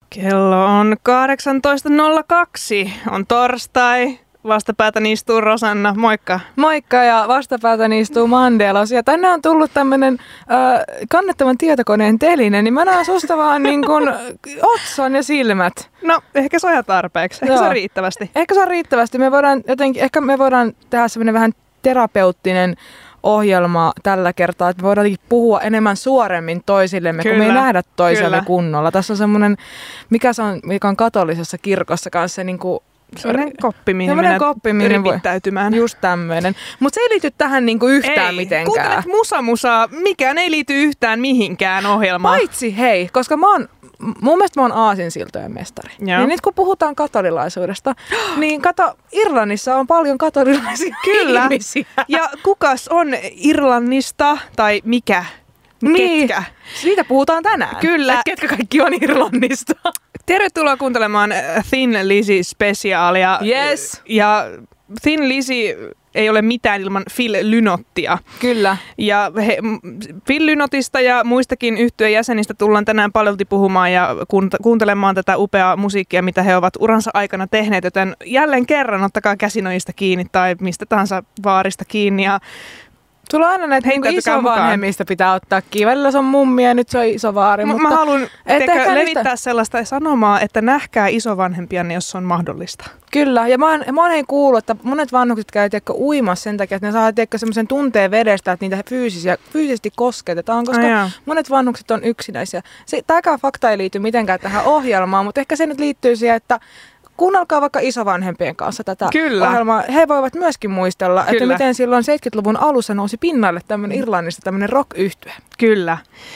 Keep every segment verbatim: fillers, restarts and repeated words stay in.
Kello on kahdeksantoista nolla kaksi. On torstai. Vastapäätäni istuu Rosanna. Moikka. Moikka ja vastapäätäni istuu Mandelos. Ja tänne on tullut tämmönen äh, kannettavan tietokoneen teline, niin mä näen susta vaan niin kuin otsan ja silmät. No, ehkä se on ihan tarpeeksi. Ehkä Joo. se on riittävästi. Ehkä se on riittävästi. Me voidaan jotenkin, ehkä me voidaan tehdä semmoinen vähän terapeuttinen ohjelma tällä kertaa, että me voidaan puhua enemmän suoremmin toisillemme, Kyllä. kun me ei nähdä toiselle Kyllä. kunnolla. Tässä on semmoinen, mikä se on, mikä on katolisessa kirkossa kanssa, niin kuin Sellainen koppi, mihin mennä ripittäytymään. Just tämmöinen. Mutta se ei liity tähän niinku yhtään ei, mitenkään. Kuuntelet musa-musaa, mikään ei liity yhtään mihinkään ohjelmaan. Paitsi hei, koska mä oon, mun mielestä mä oon aasinsiltojen mestari. Joo. Niin nyt kun puhutaan katolilaisuudesta, niin kato, Irlannissa on paljon katolilaisia Kyllä. ihmisiä. Ja kukas on Irlannista tai mikä? Niin. Ketkä? Siitä puhutaan tänään. Kyllä. Et ketkä kaikki on Irlannista. Tervetuloa kuuntelemaan Thin Lizzy-spesiaalia. Yes. Ja Thin Lizzy ei ole mitään ilman Phil Lynottia. Kyllä. Ja he, Phil Lynotista ja muistakin yhtyeen jäsenistä tullaan tänään paljolti puhumaan ja kuuntelemaan tätä upeaa musiikkia, mitä he ovat uransa aikana tehneet. Joten jälleen kerran ottakaa käsinojista kiinni tai mistä tahansa vaarista kiinni ja sulla on aina näitä niin isovanhemmista pitää ottaa kiinni. Välillä se on mummi ja nyt se on isovaari. Mä, mutta mä haluan levittää niistä sellaista sanomaa, että nähkää isovanhempianne, jos se on mahdollista. Kyllä, ja mä oon, mä oon kuullut, että monet vanhukset käy tiedätkö, uimassa sen takia, että ne saa semmoisen tunteen vedestä, että niitä fyysisiä, fyysisesti kosketetaan, koska Aja. monet vanhukset on yksinäisiä. Tämäkään fakta ei liity mitenkään tähän ohjelmaan, mutta ehkä se nyt liittyy siihen, että kuunnelkaa vaikka isovanhempien kanssa tätä Kyllä. ohjelmaa. He voivat myöskin muistella, Kyllä. että miten silloin seitsemänkymmentäluvun alussa nousi pinnalle tämmöinen Irlannista tämmöinen rock-yhtye. Kyllä.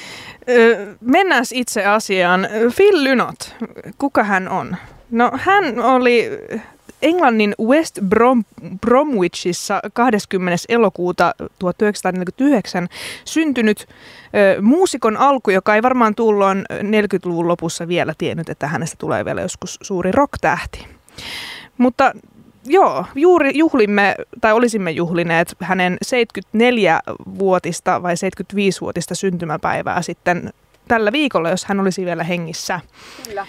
Ö, mennään itse asiaan. Phil Lynott, kuka hän on? No hän oli Englannin West Brom, Bromwichissa kahdeskymmenes elokuuta tuhatyhdeksänsataaneljäkymmentäyhdeksän syntynyt ö, muusikon alku, joka ei varmaan tulloin neljäkymmentäluvun lopussa vielä tiennyt, että hänestä tulee vielä joskus suuri rock-tähti. Mutta joo, juuri juhlimme, tai olisimme juhlineet hänen seitsemänkymmentäneljävuotista vai seitsemänkymmentäviisivuotista syntymäpäivää sitten tällä viikolla, jos hän olisi vielä hengissä. Kyllä.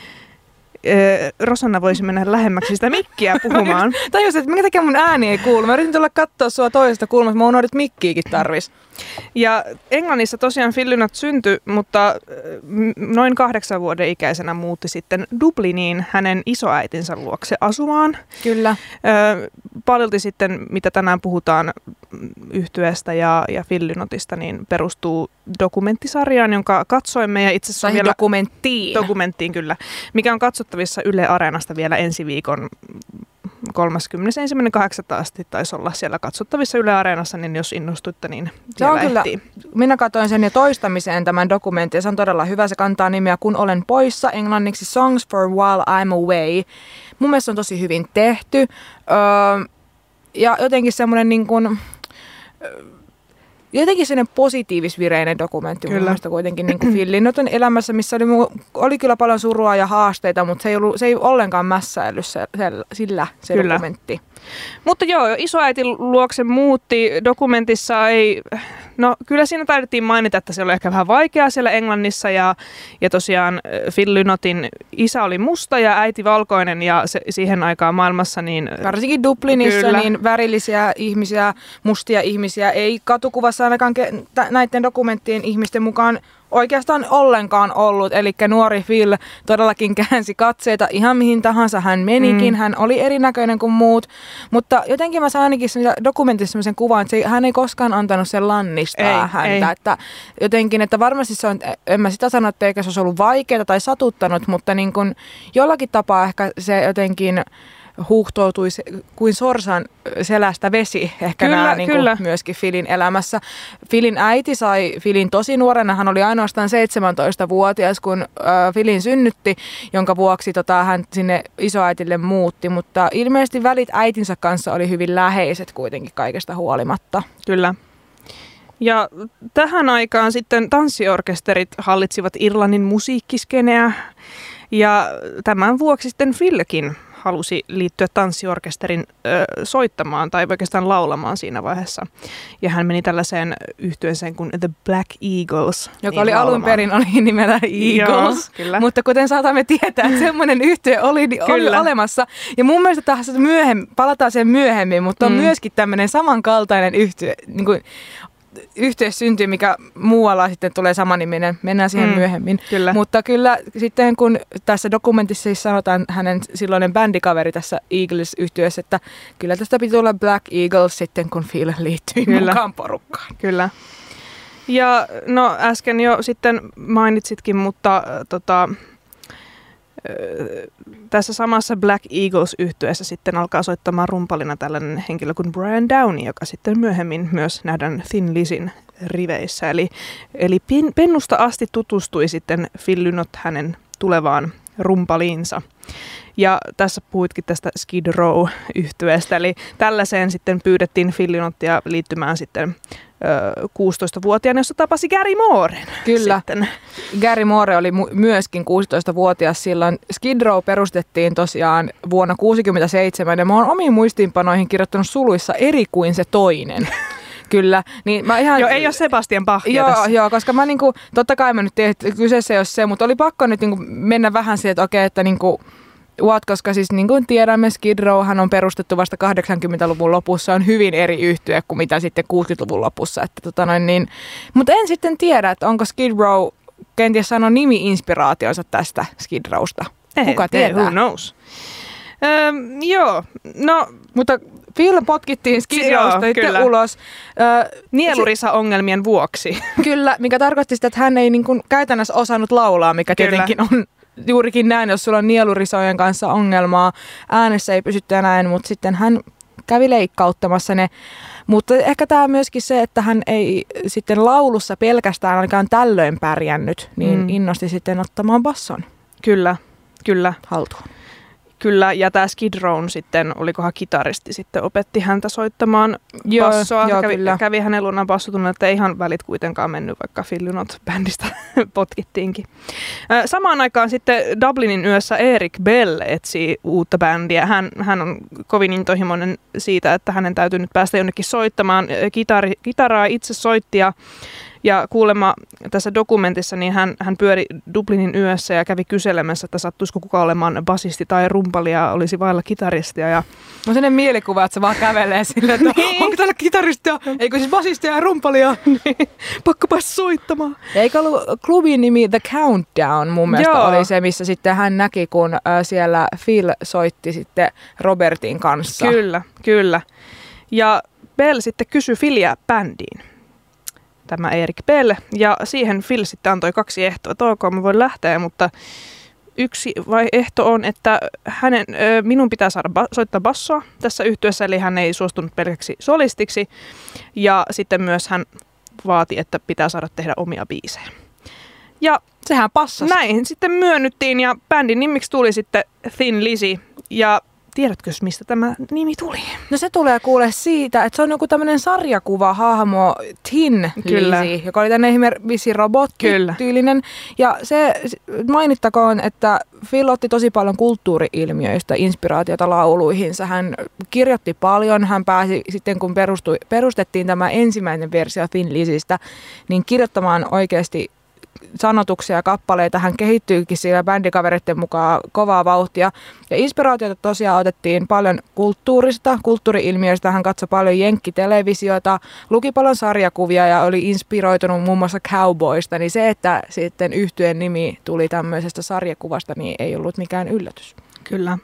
Rosanna voisi mennä lähemmäksi sitä mikkiä puhumaan. Tajusin, että minkä takia mun ääni ei kuulu. Mä yritin tulla katsoa sua toisesta kulmasta. Mä unohdin, että mikkiäkin tarvis. Ja Englannissa tosiaan Phil Lynott syntyi, mutta noin kahdeksan vuoden ikäisenä muutti sitten Dubliniin hänen isoäitinsä luokse asumaan. Kyllä. Paljolti sitten, mitä tänään puhutaan yhtyeestä ja, ja Phil Lynottista, niin perustuu dokumenttisarjaan, jonka katsoimme. Ja itse asiassa vielä dokumenttiin. Dokumenttiin, kyllä. Mikä on katsottavissa Yle Areenasta vielä ensi viikon kolmaskymmenesensimmäinen kahdeksatta asti taisi olla siellä katsottavissa Yle Areenassa, niin jos innostuitte, niin se on kyllä. Minä katsoin sen jo toistamiseen tämän dokumentin ja se on todella hyvä. Se kantaa nimeä Kun olen poissa, englanniksi Songs for While I'm Away. Mun mielestä se on tosi hyvin tehty öö, ja jotenkin semmoinen niin kuin jotenkin sellainen positiivisvireinen dokumentti mun mielestä kuitenkin niin kuin Phil Lynottin elämässä, missä oli, oli kyllä paljon surua ja haasteita, mutta se ei, ollut, se ei ollenkaan mässäillyt se, se, sillä se kyllä. dokumentti. Mutta joo, isoäiti luokse muutti. Dokumentissa ei, no kyllä siinä taidettiin mainita, että se oli ehkä vähän vaikeaa siellä Englannissa ja, ja tosiaan Phil Lynottin isä oli musta ja äiti valkoinen ja se, siihen aikaan maailmassa niin varsinkin Dublinissa kyllä. niin värillisiä ihmisiä, mustia ihmisiä ei katukuvassa ainakaan ke- näiden dokumenttien ihmisten mukaan oikeastaan ollenkaan ollut, eli nuori Phil todellakin käänsi katseita ihan mihin tahansa hän menikin. Mm. Hän oli erinäköinen kuin muut, mutta jotenkin mä sain ainakin dokumentissa sellaisen kuvan, että se, hän ei koskaan antanut sen lannistaa ei, häntä. Ei. Että jotenkin, että varmasti se on, en mä sitä sano, että eikä se olisi ollut vaikeaa tai satuttanut, mutta niin kuin jollakin tapaa ehkä se jotenkin huuhtoutui kuin sorsan selästä vesi, ehkä kyllä, nämä niin kuin myöskin Philin elämässä. Philin äiti sai Philin tosi nuorena, hän oli ainoastaan seitsemäntoistavuotias, kun äh, Philin synnytti, jonka vuoksi tota, hän sinne isoäitille muutti, mutta ilmeisesti välit äitinsä kanssa oli hyvin läheiset kuitenkin kaikesta huolimatta. Kyllä. Ja tähän aikaan sitten tanssiorkesterit hallitsivat Irlannin musiikkiskeneä ja tämän vuoksi sitten Philkin halusi liittyä tanssiorkesterin ö, soittamaan tai oikeastaan laulamaan siinä vaiheessa. Ja hän meni tällaiseen yhtyeeseen kuin The Black Eagles. Joka niin oli laulamaan. Alun perin oli nimellä Eagles. Joo, mutta kuten saatamme tietää, että semmoinen yhtye oli, niin oli olemassa. Ja mun mielestä taas myöhemmin, palataan siihen myöhemmin, mutta on mm. myöskin tämmöinen samankaltainen yhtye, niin kuin yhteys syntyy, mikä muualla sitten tulee samaniminen. Mennään siihen mm, myöhemmin. Kyllä. Mutta kyllä sitten kun tässä dokumentissa siis sanotaan hänen silloinen bändikaveri tässä Eagles-yhtyössä, että kyllä tästä piti tulla Black Eagles sitten, kun Phil liittyi kyllä. mukaan porukkaan. Kyllä. Ja no äsken jo sitten mainitsitkin, mutta äh, tota, tässä samassa Black Eagles-yhtyeessä sitten alkaa soittamaan rumpalina tällainen henkilö kuin Brian Downey, joka sitten myöhemmin myös nähdään Thin Lizyn riveissä. Eli, eli pennusta asti tutustui sitten Phil Lynott hänen tulevaan rumpaliinsa. Ja tässä puhuitkin tästä Skid Row-yhtyeestä, eli tällaiseen sitten pyydettiin Phil Lynottia liittymään sitten kuusitoistavuotiaana, jossa tapasi Gary Mooren. Kyllä. Sitten. Gary Moore oli mu- myöskin kuusitoistavuotias silloin. Skid Row perustettiin tosiaan vuonna tuhatyhdeksänsataakuusikymmentäseitsemän ja mä oon omiin muistiinpanoihin kirjoittanut suluissa eri kuin se toinen. Kyllä. Niin mä ihan, joo, ei ole Sebastian Bachia joo, tässä. Joo, koska mä niinku, totta kai mä nyt tiedän, että kyseessä ei ole se, mutta oli pakko nyt niinku mennä vähän siihen, että okei, että niinku, what, koska siis niin kuin tiedämme, Skid Rowhan on perustettu vasta kahdeksankymmentäluvun lopussa, on hyvin eri yhtye kuin mitä sitten kuusikymmentäluvun lopussa. Että tota noin, niin, mutta en sitten tiedä, että onko Skid Row kenties saanut nimi-inspiraationsa tästä Skid Rowsta. Kuka ei, tietää? Who knows? Öm, joo, no... Mutta Phil potkittiin Skid Rowsta itse ulos. Ö, Nielurisa-ongelmien vuoksi. Kyllä, mikä tarkoitti sitä, että hän ei niin kuin käytännössä osannut laulaa, mikä kyllä. tietenkin on juurikin näin, jos sulla on nielurisojen kanssa ongelmaa. Äänessä ei pysytty näin, mutta sitten hän kävi leikkauttamassa ne. Mutta ehkä tämä on myöskin se, että hän ei sitten laulussa pelkästään ainakaan tällöin pärjännyt, niin mm. innosti sitten ottamaan basson. Kyllä, kyllä. Haltuun. Kyllä, ja tämä Skid Rown sitten, olikohan kitaristi sitten, opetti häntä soittamaan joo, bassoa. joo, kävi, kävi hänen luonaan bassotunut, että ei ihan välit kuitenkaan mennyt, vaikka Phil Lynott-bändistä potkittiinkin. Samaan aikaan sitten Dublinin yössä Eric Bell etsii uutta bändiä. Hän, hän on kovin intohimoinen siitä, että hänen täytyy nyt päästä jonnekin soittamaan. Kitari, kitaraa itse soitti ja Ja kuulemma tässä dokumentissa niin hän, hän pyöri Dublinin yössä ja kävi kyselemässä, että sattuisiko kuka olemaan basisti tai rumpali ja olisi vailla kitaristia. Ja... No sellainen mielikuva, että se vaan kävelee silleen, että niin. onko täällä kitaristia, eikö siis basistia ja rumpalia? Niin. Pakko päästä soittamaan. Ja eikö ollut klubin nimi The Countdown mun mielestä Joo. oli se, missä sitten hän näki, kun äh, siellä Phil soitti sitten Robertin kanssa. Kyllä, kyllä. Ja Bell sitten kysyi Philia bändiin. Tämä Eric Bell, ja siihen Phil sitten antoi kaksi ehtoa, että ok, mä voin lähteä, mutta yksi vai ehto on, että hänen, minun pitää saada ba- soittaa bassoa tässä yhtyeessä, eli hän ei suostunut pelkäksi solistiksi, ja sitten myös hän vaati, että pitää saada tehdä omia biisejä. Ja sehän passasi. Näin sitten myönnyttiin, ja bändin nimiksi tuli sitten Thin Lizzy, ja tiedätkö, mistä tämä nimi tuli? No se tulee kuule siitä, että se on joku tämmöinen sarjakuva-hahmo Thin Lizzy, joka oli tänne esimerkiksi robotti-tyylinen. Ja se mainittakoon, että Phil otti tosi paljon kulttuuri-ilmiöistä inspiraatiota lauluihinsa. Hän kirjoitti paljon. Hän pääsi sitten, kun perustui, perustettiin tämä ensimmäinen versio Thin Lizzystä, niin kirjoittamaan oikeasti sanotuksia ja kappaleita. Hän kehittyykin siellä bändikavereiden mukaan kovaa vauhtia. Ja inspiraatiota tosiaan otettiin paljon kulttuurista, kulttuuri-ilmiöistä. Hän katsoi paljon jenkkitelevisiota, luki paljon sarjakuvia ja oli inspiroitunut muun muassa cowboysta. Niin se, että sitten yhtyeen nimi tuli tämmöisestä sarjakuvasta, niin ei ollut mikään yllätys. Kyllä.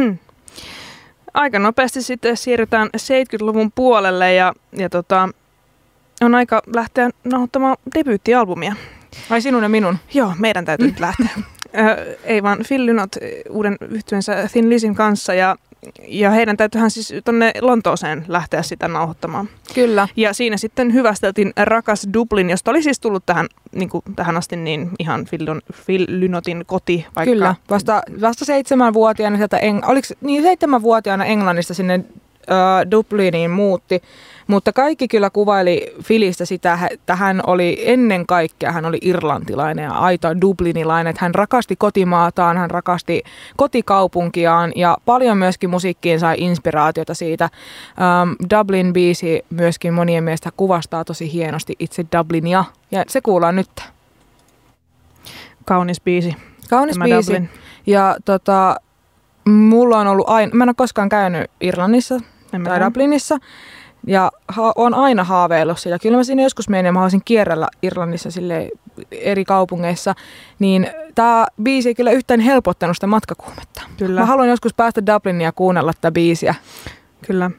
Aika nopeasti sitten siirrytään seitsemänkymmentäluvun puolelle ja, ja tota, on aika lähteä nauhoittamaan debyyttialbumia. Ai sinun ja minun? Joo, meidän täytyy nyt lähteä. Ö, ei vaan Phil Lynott uuden yhtyensä Thin Lizzyn kanssa ja, ja heidän täytyyhän siis tonne Lontooseen lähteä sitä nauhoittamaan. Kyllä. Ja siinä sitten hyvästeltiin Rakas Dublin, josta oli siis tullut tähän, niin kuin tähän asti niin ihan Phil, Phil Lynottin koti. Vaikka... Kyllä, vasta, vasta seitsemänvuotiaana sieltä, Eng... oliko niin seitsemänvuotiaana Englannista sinne äh, Dubliniin muutti. Mutta kaikki kyllä kuvaili Philistä sitä, että hän oli ennen kaikkea, hän oli irlantilainen ja aito dublinilainen. Että hän rakasti kotimaataan, hän rakasti kotikaupunkiaan ja paljon myöskin musiikkiin sai inspiraatiota siitä. Um, Dublin-biisi myöskin monien mielestä kuvastaa tosi hienosti itse Dublinia ja se kuullaan nyt. Kaunis biisi. Kaunis biisi. Dublin. Ja tota, mulla on ollut aina, mä en ole koskaan käynyt Irlannissa en tai Dublinissa. Ja ha- on aina haaveillut sitä. Kyllä mä siinä joskus menen ja mä haluaisin kierrellä Irlannissa sille eri kaupungeissa. Niin tää biisi ei kyllä yhtään helpottanut sitä matkakuumetta. Kyllä. Mä haluan joskus päästä Dublinia ja kuunnella tätä biisiä. Kyllä.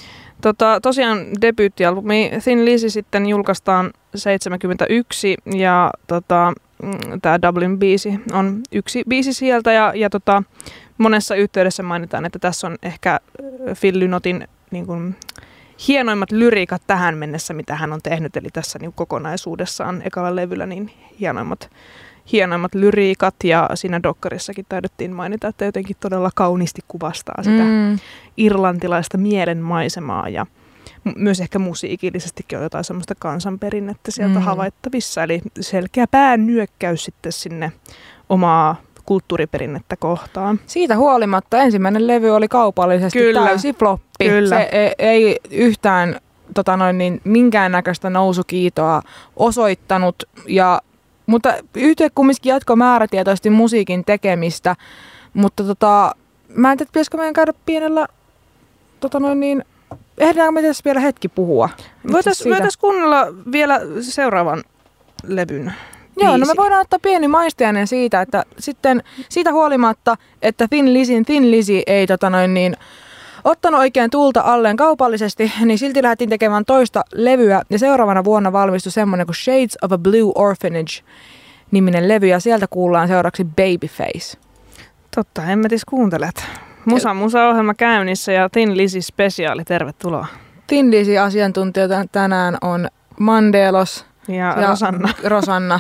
Tota, tosiaan debyyttialbumi Thin Lizzy sitten julkaistaan seitsemänkymmentäyksi ja tota, tämä Dublin-biisi on yksi biisi sieltä ja, ja tota, monessa yhteydessä mainitaan, että tässä on ehkä Phil Lynotin niin kuin, hienoimmat lyriikat tähän mennessä, mitä hän on tehnyt, eli tässä niin kokonaisuudessaan ekalla levyllä niin hienoimmat, hienoimmat lyriikat, ja siinä dokkarissakin taidettiin mainita, että jotenkin todella kauniisti kuvastaa sitä mm. irlantilaista mielenmaisemaa, ja myös ehkä musiikillisestikin on jotain semmoista kansanperinnettä sieltä mm. havaittavissa, eli selkeä päänyökkäys sitten sinne omaa kulttuuriperinnettä kohtaan. Siitä huolimatta ensimmäinen levy oli kaupallisesti Kyllä. täysi floppi. Kyllä. Se ei, ei yhtään tota noin, niin, minkäännäköistä nousukiitoa osoittanut, ja, mutta yhtye kumminkin jatkoi määrätietoisesti musiikin tekemistä, mutta tota, mä en tiedä, pitäisikö meidän käydä pienellä, tota noin niin, ehditäänkö me tässä vielä hetki puhua? Voitaisiin voitais kuunnella vielä seuraavan levyn. Joo, Viisi. no me voidaan ottaa pieni maistiainen siitä, että sitten siitä huolimatta, että Thin Lizzyn Thin Lizzy ei tota noin niin, ottanut oikein tulta alleen kaupallisesti, niin silti lähdettiin tekemään toista levyä ja seuraavana vuonna valmistui semmoinen kuin Shades of a Blue Orphanage-niminen levy ja sieltä kuullaan seuraavaksi Babyface. Totta, hemmetis kuuntelet. Musa Musa-ohjelma käynnissä ja Thin Lizzy spesiaali, tervetuloa. Thin Lizzy asiantuntijoita tänään on Mandelos. Ja, ja Rosanna. Rosanna.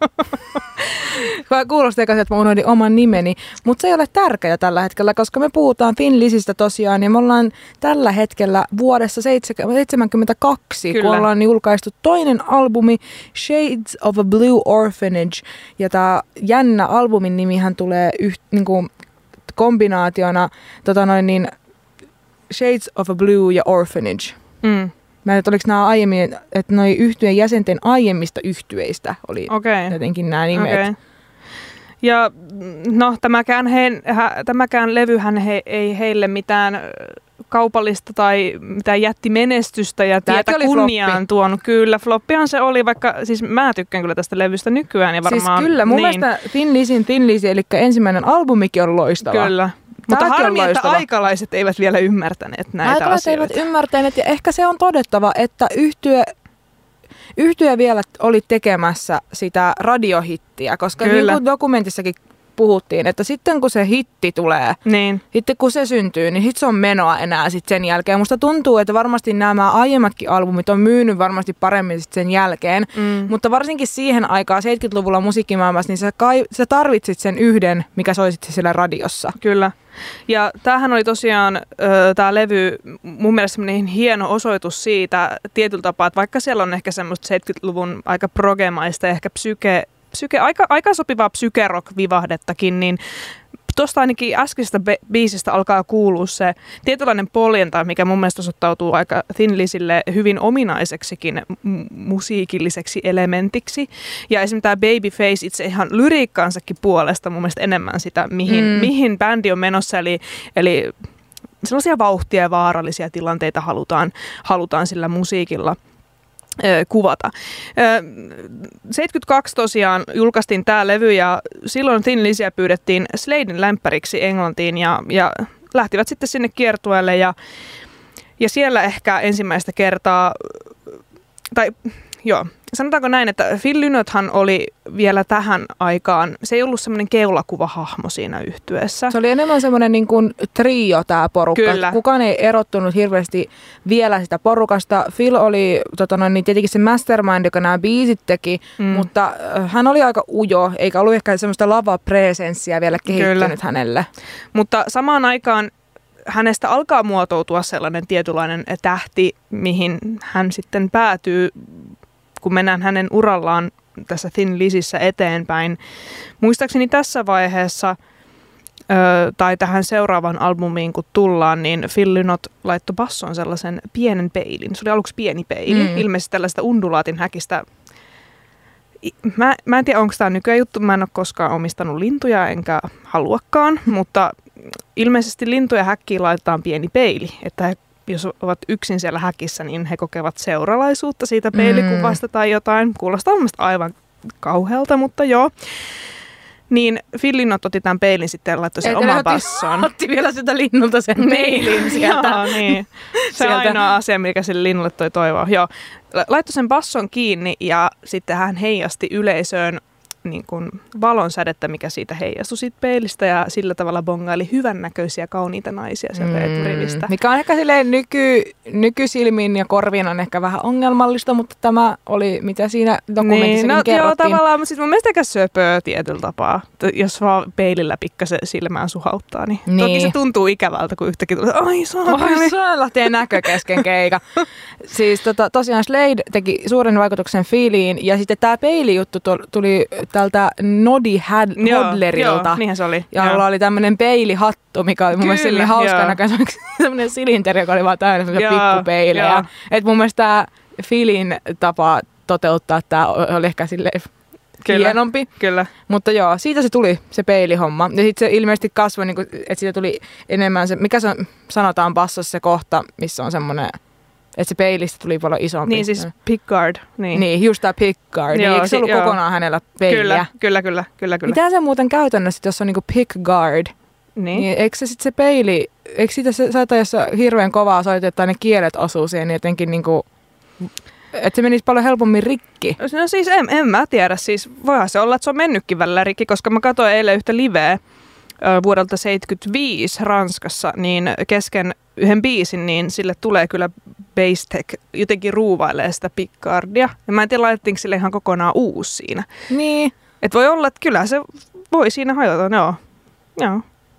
Kuulosti eka, että mä unohdin oman nimeni, mutta se ei ole tärkeää tällä hetkellä, koska me puhutaan Thin Lizzystä tosiaan, ja me ollaan tällä hetkellä vuodessa seitsemänkymmentäkaksi, Kyllä. kun ollaan julkaistu toinen albumi Shades of a Blue Orphanage, ja tämä jännä albumin nimihän tulee yht, niin kuin kombinaationa tota noin niin, Shades of a Blue ja Orphanage. Mm. Mä en tiedä, oliko nämä aiemmin, että noi yhtyeen jäsenten aiemmista yhtyeistä oli okay. jotenkin nämä nimet. Okay. Ja no tämäkään, he, hä, tämäkään levyhän he, ei heille mitään kaupallista tai mitään jättimenestystä ja tietä kunniaan floppi. tuonut. Kyllä, floppihan se oli, vaikka siis mä tykkään kyllä tästä levystä nykyään. Ja varmaan, siis kyllä, mun niin. mielestä Thin Lizzyn Thin Lizzy, eli ensimmäinen albumikin on loistava. Kyllä. Mutta harmi, että aikalaiset eivät vielä ymmärtäneet näitä aikalaiset asioita. eivät ymmärtäneet, ja ehkä se on todettava, että yhtye, yhtye vielä oli tekemässä sitä radiohittiä, koska Kyllä. niin kuin dokumentissakin puhuttiin, että sitten kun se hitti tulee, niin. sitten kun se syntyy, niin sitten se on menoa enää sit sen jälkeen. Musta tuntuu, että varmasti nämä aiemmatkin albumit on myynyt varmasti paremmin sit sen jälkeen, mm. mutta varsinkin siihen aikaan seitsemänkymmentäluvulla musiikkimaailmassa, niin sä, kai, sä tarvitsit sen yhden, mikä soi sitten siellä radiossa. Kyllä. Ja tämähän oli tosiaan tämä levy mun mielestä semmoinen hieno osoitus siitä tietyllä tapaa, että vaikka siellä on ehkä semmoista seitsemänkymmentäluvun aika progemaista ja ehkä psyke, psyke aika, aika sopivaa psykerock-vivahdettakin, niin tuosta ainakin äskeisestä biisistä alkaa kuulua se tietynlainen poljenta, mikä mun mielestä osoittautuu aika Thin Lizzylle hyvin ominaiseksikin m- musiikilliseksi elementiksi. Ja esimerkiksi tämä Babyface itse ihan lyriikkaansakin puolesta mun mielestä enemmän sitä, mihin, mm. mihin bändi on menossa. Eli, eli sellaisia vauhtia ja vaarallisia tilanteita halutaan, halutaan sillä musiikilla kuvata. seitsemänkymmentäkaksi tosiaan julkaistiin tämä levy ja silloin Thin Lizzyä pyydettiin Sladen lämpäriksi Englantiin ja, ja lähtivät sitten sinne kiertueelle ja, ja siellä ehkä ensimmäistä kertaa, tai joo, sanotaanko näin, että Phil Lynothan oli vielä tähän aikaan, se ei ollut semmoinen keulakuvahahmo siinä yhtyeessä. Se oli enemmän semmoinen niin kuin trio tämä porukka. Kyllä. Kukaan ei erottunut hirveästi vielä sitä porukasta. Phil oli tota noin, niin tietenkin se mastermind, joka nämä biisit teki, mm. mutta hän oli aika ujo, eikä ollut ehkä semmoista lavapresenssiä vielä kehittynyt Kyllä. hänelle. Mutta samaan aikaan hänestä alkaa muotoutua sellainen tietynlainen tähti, mihin hän sitten päätyy, kun mennään hänen urallaan tässä Thin Lizzyssä eteenpäin. Muistaakseni tässä vaiheessa, ö, tai tähän seuraavaan albumiin kun tullaan, niin Phil Lynott laittoi bassoon sellaisen pienen peilin. Se oli aluksi pieni peili, mm. ilmeisesti tällaista undulaatin häkistä. Mä, mä en tiedä, onko tämä nykyään juttu. Mä en ole koskaan omistanut lintuja, enkä haluakaan, mutta ilmeisesti lintuja häkkiin laitetaan pieni peili, että he, jos ovat yksin siellä häkissä, niin he kokevat seuralaisuutta siitä peilikuvasta tai jotain. Kuulostaa mielestäni aivan kauhealta, mutta joo. Niin Phil Lynott otti tämän peilin sitten ja laittoi sen omaan bassoon. Otti vielä sitä linnulta sen peilin sieltä. Joo, niin. Se on ainoa asia, mikä sille linnulle toi toivoa. Joo. Laittoi sen basson kiinni ja sitten hän heijasti yleisöön niin kuin valonsädettä, mikä siitä heijastui siitä peilistä ja sillä tavalla bongaili hyvännäköisiä, kauniita naisia sieltä mm. eturivistä. Mikä on ehkä silleen nyky, nykysilmin ja korviin on ehkä vähän ongelmallista, mutta tämä oli, mitä siinä dokumentissakin niin, no, kerrottiin. Joo, tavallaan, mutta siis mun mielestä aika söpöä tietyllä tapaa, jos vaan peilillä pikkasen silmään suhauttaa. Niin. Niin. Toki se tuntuu ikävältä, kun yhtäkkiä tulee, ai saapeli. Ai lähtee näkö kesken keika. Siis tota, tosiaan Slade teki suuren vaikutuksen Philiin ja sitten tämä peilijuttu tuli tältä Noddy Hodlerilta. Joo, niinhän se oli. Ja jolla oli tämmöinen peilihattu, mikä oli mun mielestä silleen hauska näköinen. Semmoinen silinteri, joka oli vaan täynnä semmoisia pikkupeilejä. Että mun mielestä tämä Philin tapa toteuttaa tämä oli ehkä silleen kyllä, hienompi. Kyllä. Mutta joo, siitä se tuli se peilihomma. Ja sitten se ilmeisesti kasvoi, niin kuin, että siitä tuli enemmän se, mikä se on, sanotaan bassossa se kohta, missä on semmoinen, että se peilistä tuli paljon isompi. Niin siis pickguard. Niin, niin just tämä pickguard. Joo, eikö se ollut joo. kokonaan hänellä peiliä? Kyllä, kyllä, kyllä. kyllä, kyllä. Mitä se muuten käytännössä, jos on niinku pickguard? Niin. niin eikö se sitten se peili, eikö siitä se saata, jos hirveän kovaa soitetaan ne kielet osuu siihen, niin jotenkin niinku, että se menisi paljon helpommin rikki? No siis en, en mä tiedä. Siis voihan se olla, että se on mennytkin välillä rikki, koska mä katsoin eilen yhtä liveä vuodelta seitsemänkymmentäviisi Ranskassa, niin kesken yhden biisin, niin sille tulee kyllä Basstech jotenkin ruuvailee sitä pickguardia. Ja mä en tiedä, laitettiinko sille ihan kokonaan uusi siinä. Niin. Että voi olla, että kyllä se voi siinä hajota, joo. Joo.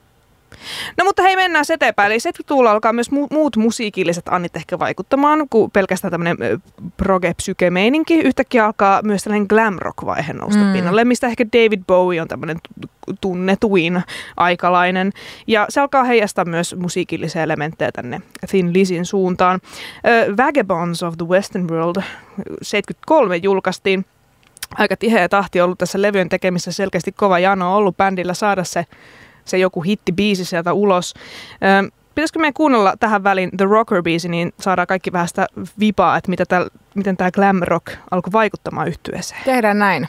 No mutta hei, mennään eteenpäin. Eli seitsemänkymmentäluvulla alkaa myös mu- muut musiikilliset annit ehkä vaikuttamaan, kuin pelkästään tämmöinen proge-psyke-meininki. Yhtäkkiä alkaa myös tällainen glam rock-vaihe nousta mm. pinnalle, mistä ehkä David Bowie on tämmöinen tunnetuin aikalainen. Ja se alkaa heijastaa myös musiikillisia elementtejä tänne Thin Lizzyn suuntaan. Uh, Vagabonds of the Western World seitsemänkymmentäkolme julkaistiin. Aika tiheä tahti ollut tässä levyjen tekemisessä, selkeästi kova jano on ollut bändillä saada se se joku hittibiisi sieltä ulos. Ö, pitäisikö meidän kuunnella tähän väliin The Rocker-biisi, niin saadaan kaikki vähän sitä vipaa, että mitä tää, miten tämä glam rock alkoi vaikuttamaan yhtyeeseen. Tehdään näin.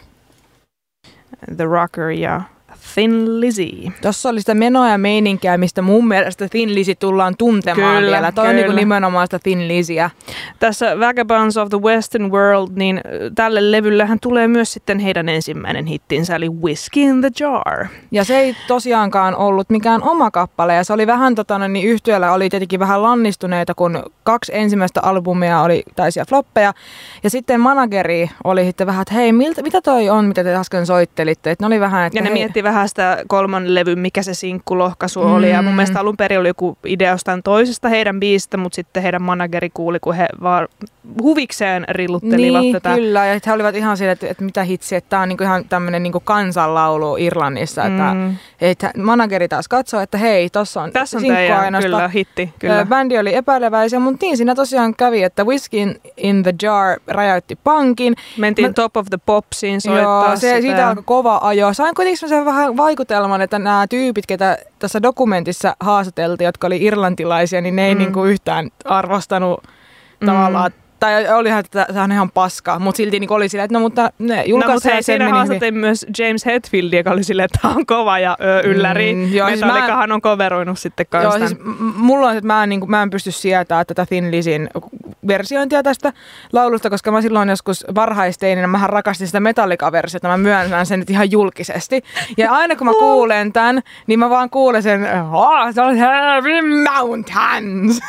The Rocker ja Thin Lizzy. Tuossa oli sitä menoa ja meininkiä, mistä mun mielestä Thin Lizzy tullaan tuntemaan kyllä, vielä. Toi on niin nimenomaan sitä Thin Lizzyä. Tässä Vagabonds of the Western World, niin tälle levyllähän tulee myös sitten heidän ensimmäinen hittinsä, eli Whiskey in the Jar. Ja se ei tosiaankaan ollut mikään oma kappale, ja se oli vähän, tota, niin yhtiöllä oli tietenkin vähän lannistuneita, kun kaksi ensimmäistä albumia oli täysiä floppeja, ja sitten manageri oli sitten vähän, että hei, miltä, mitä toi on, mitä te äsken soittelitte, että ne oli vähän, että ja ne hei, mietti vähän sitä kolmannen levyn, mikä se sinkkulohkaisu mm. oli. Ja mun mielestä alun perin oli joku idea jostain toisesta heidän biisistä, mutta sitten heidän manageri kuuli, kun he vaan huvikseen rilluttelivat niin, tätä. Kyllä, ja he olivat ihan sille, että, että mitä hitsi, että tämä on niinku ihan tämmöinen niinku kansanlaulu Irlannissa. Mm. Että, että manageri taas katsoi, että hei, tossa on tässä on teidän, kyllä, hitti. Kyllä. Bändi oli epäileväisiä, mutta niin siinä tosiaan kävi, että Whiskey in the Jar räjäytti pankin. Mentiin Mä, Top of the Popsiin soittaa joo, se, sitä. siitä alkoi kova ajo. Sain kuitenkin sen vähän vaikutelman, että nämä tyypit, ketä tässä dokumentissa haastateltiin, jotka oli irlantilaisia, niin ne ei mm. niinku yhtään arvostanut mm. tavallaan. Tai olihan, että tämä on ihan paska, mutta silti niin oli silleen, että no mutta ne julkaisi. No mutta hei, siinä haastattiin myös James Hetfield, joka oli silleen, että tämä on kova ja ö, ylläri. Mm, joo, Metallikahan siis on coveroinut sitten kanssa. Joo, siis mulla on, että mä en, niin kuin, mä en pysty sietämään tätä Thin Lizzyn versiointia tästä laulusta, koska mä silloin joskus varhaisteininä, mähän rakastin sitä Metallica-versiota, mä myönnän sen nyt ihan julkisesti. Ja aina kun mä kuulen tämän, niin mä vaan kuulen sen, oh, se on Heavy Mountains.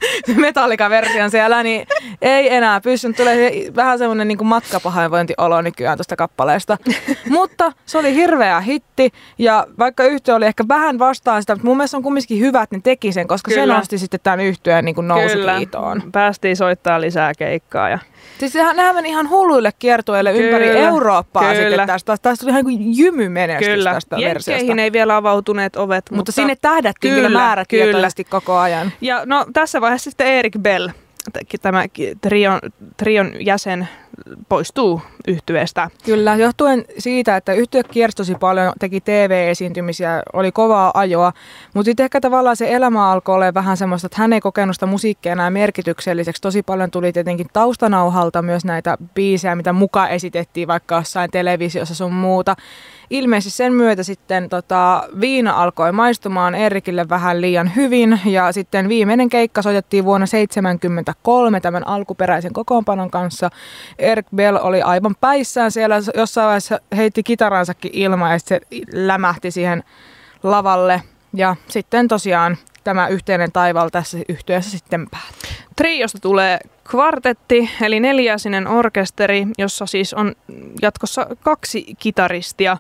Metallica-version siellä, niin ei enää pystynyt. Tulee vähän semmoinen niin kuin matkapahoinvointiolo nykyään tuosta kappaleesta. Mutta se oli hirveä hitti ja vaikka yhtye oli ehkä vähän vastaan sitä, mutta mun mielestä on kumminkin hyvä, että ne teki sen, koska Kyllä. se nosti sitten tämän yhtyeen niin kuin nousukiitoon. Kyllä, päästiin soittaa lisää keikkaa. Ja... Siis nehän meni ihan hulluille kiertueille Kyllä. ympäri Eurooppaa Kyllä. sitten tästä. Tästä tuli ihan kuin jymymenestys Kyllä. tästä versiosta. Jenkkeihin ei vielä avautuneet ovet. Mutta, mutta sinne tähdättiin kyllä, kyllä määrätietoisesti koko ajan. Ja no tässä vaiheessa sitten Eric Bell, tämä trion, trion jäsen, poistuu yhtyeestä. Kyllä, johtuen siitä, että yhtye kiersi tosi paljon, teki T V-esiintymisiä, oli kovaa ajoa, mutta sitten ehkä tavallaan se elämä alkoi olla vähän semmoista, että hän ei kokenut sitä musiikkia enää merkitykselliseksi. Tosi paljon tuli tietenkin taustanauhalta myös näitä biisejä, mitä mukaan esitettiin vaikka jossain televisiossa sun muuta. Ilmeisesti sen myötä sitten tota, viina alkoi maistumaan Erikille vähän liian hyvin ja sitten viimeinen keikka soitettiin vuonna seitsemänkymmentäkolme tämän alkuperäisen kokoonpanon kanssa. Eric Bell oli aivan päissään siellä, jossain vaiheessa heitti kitaransakin ilmaan ja se lämähti siihen lavalle ja sitten tosiaan tämä yhteinen taival tässä yhtyeessä sitten päättyi. Triosta tulee kvartetti, eli neljäsinen orkesteri, jossa siis on jatkossa kaksi kitaristia.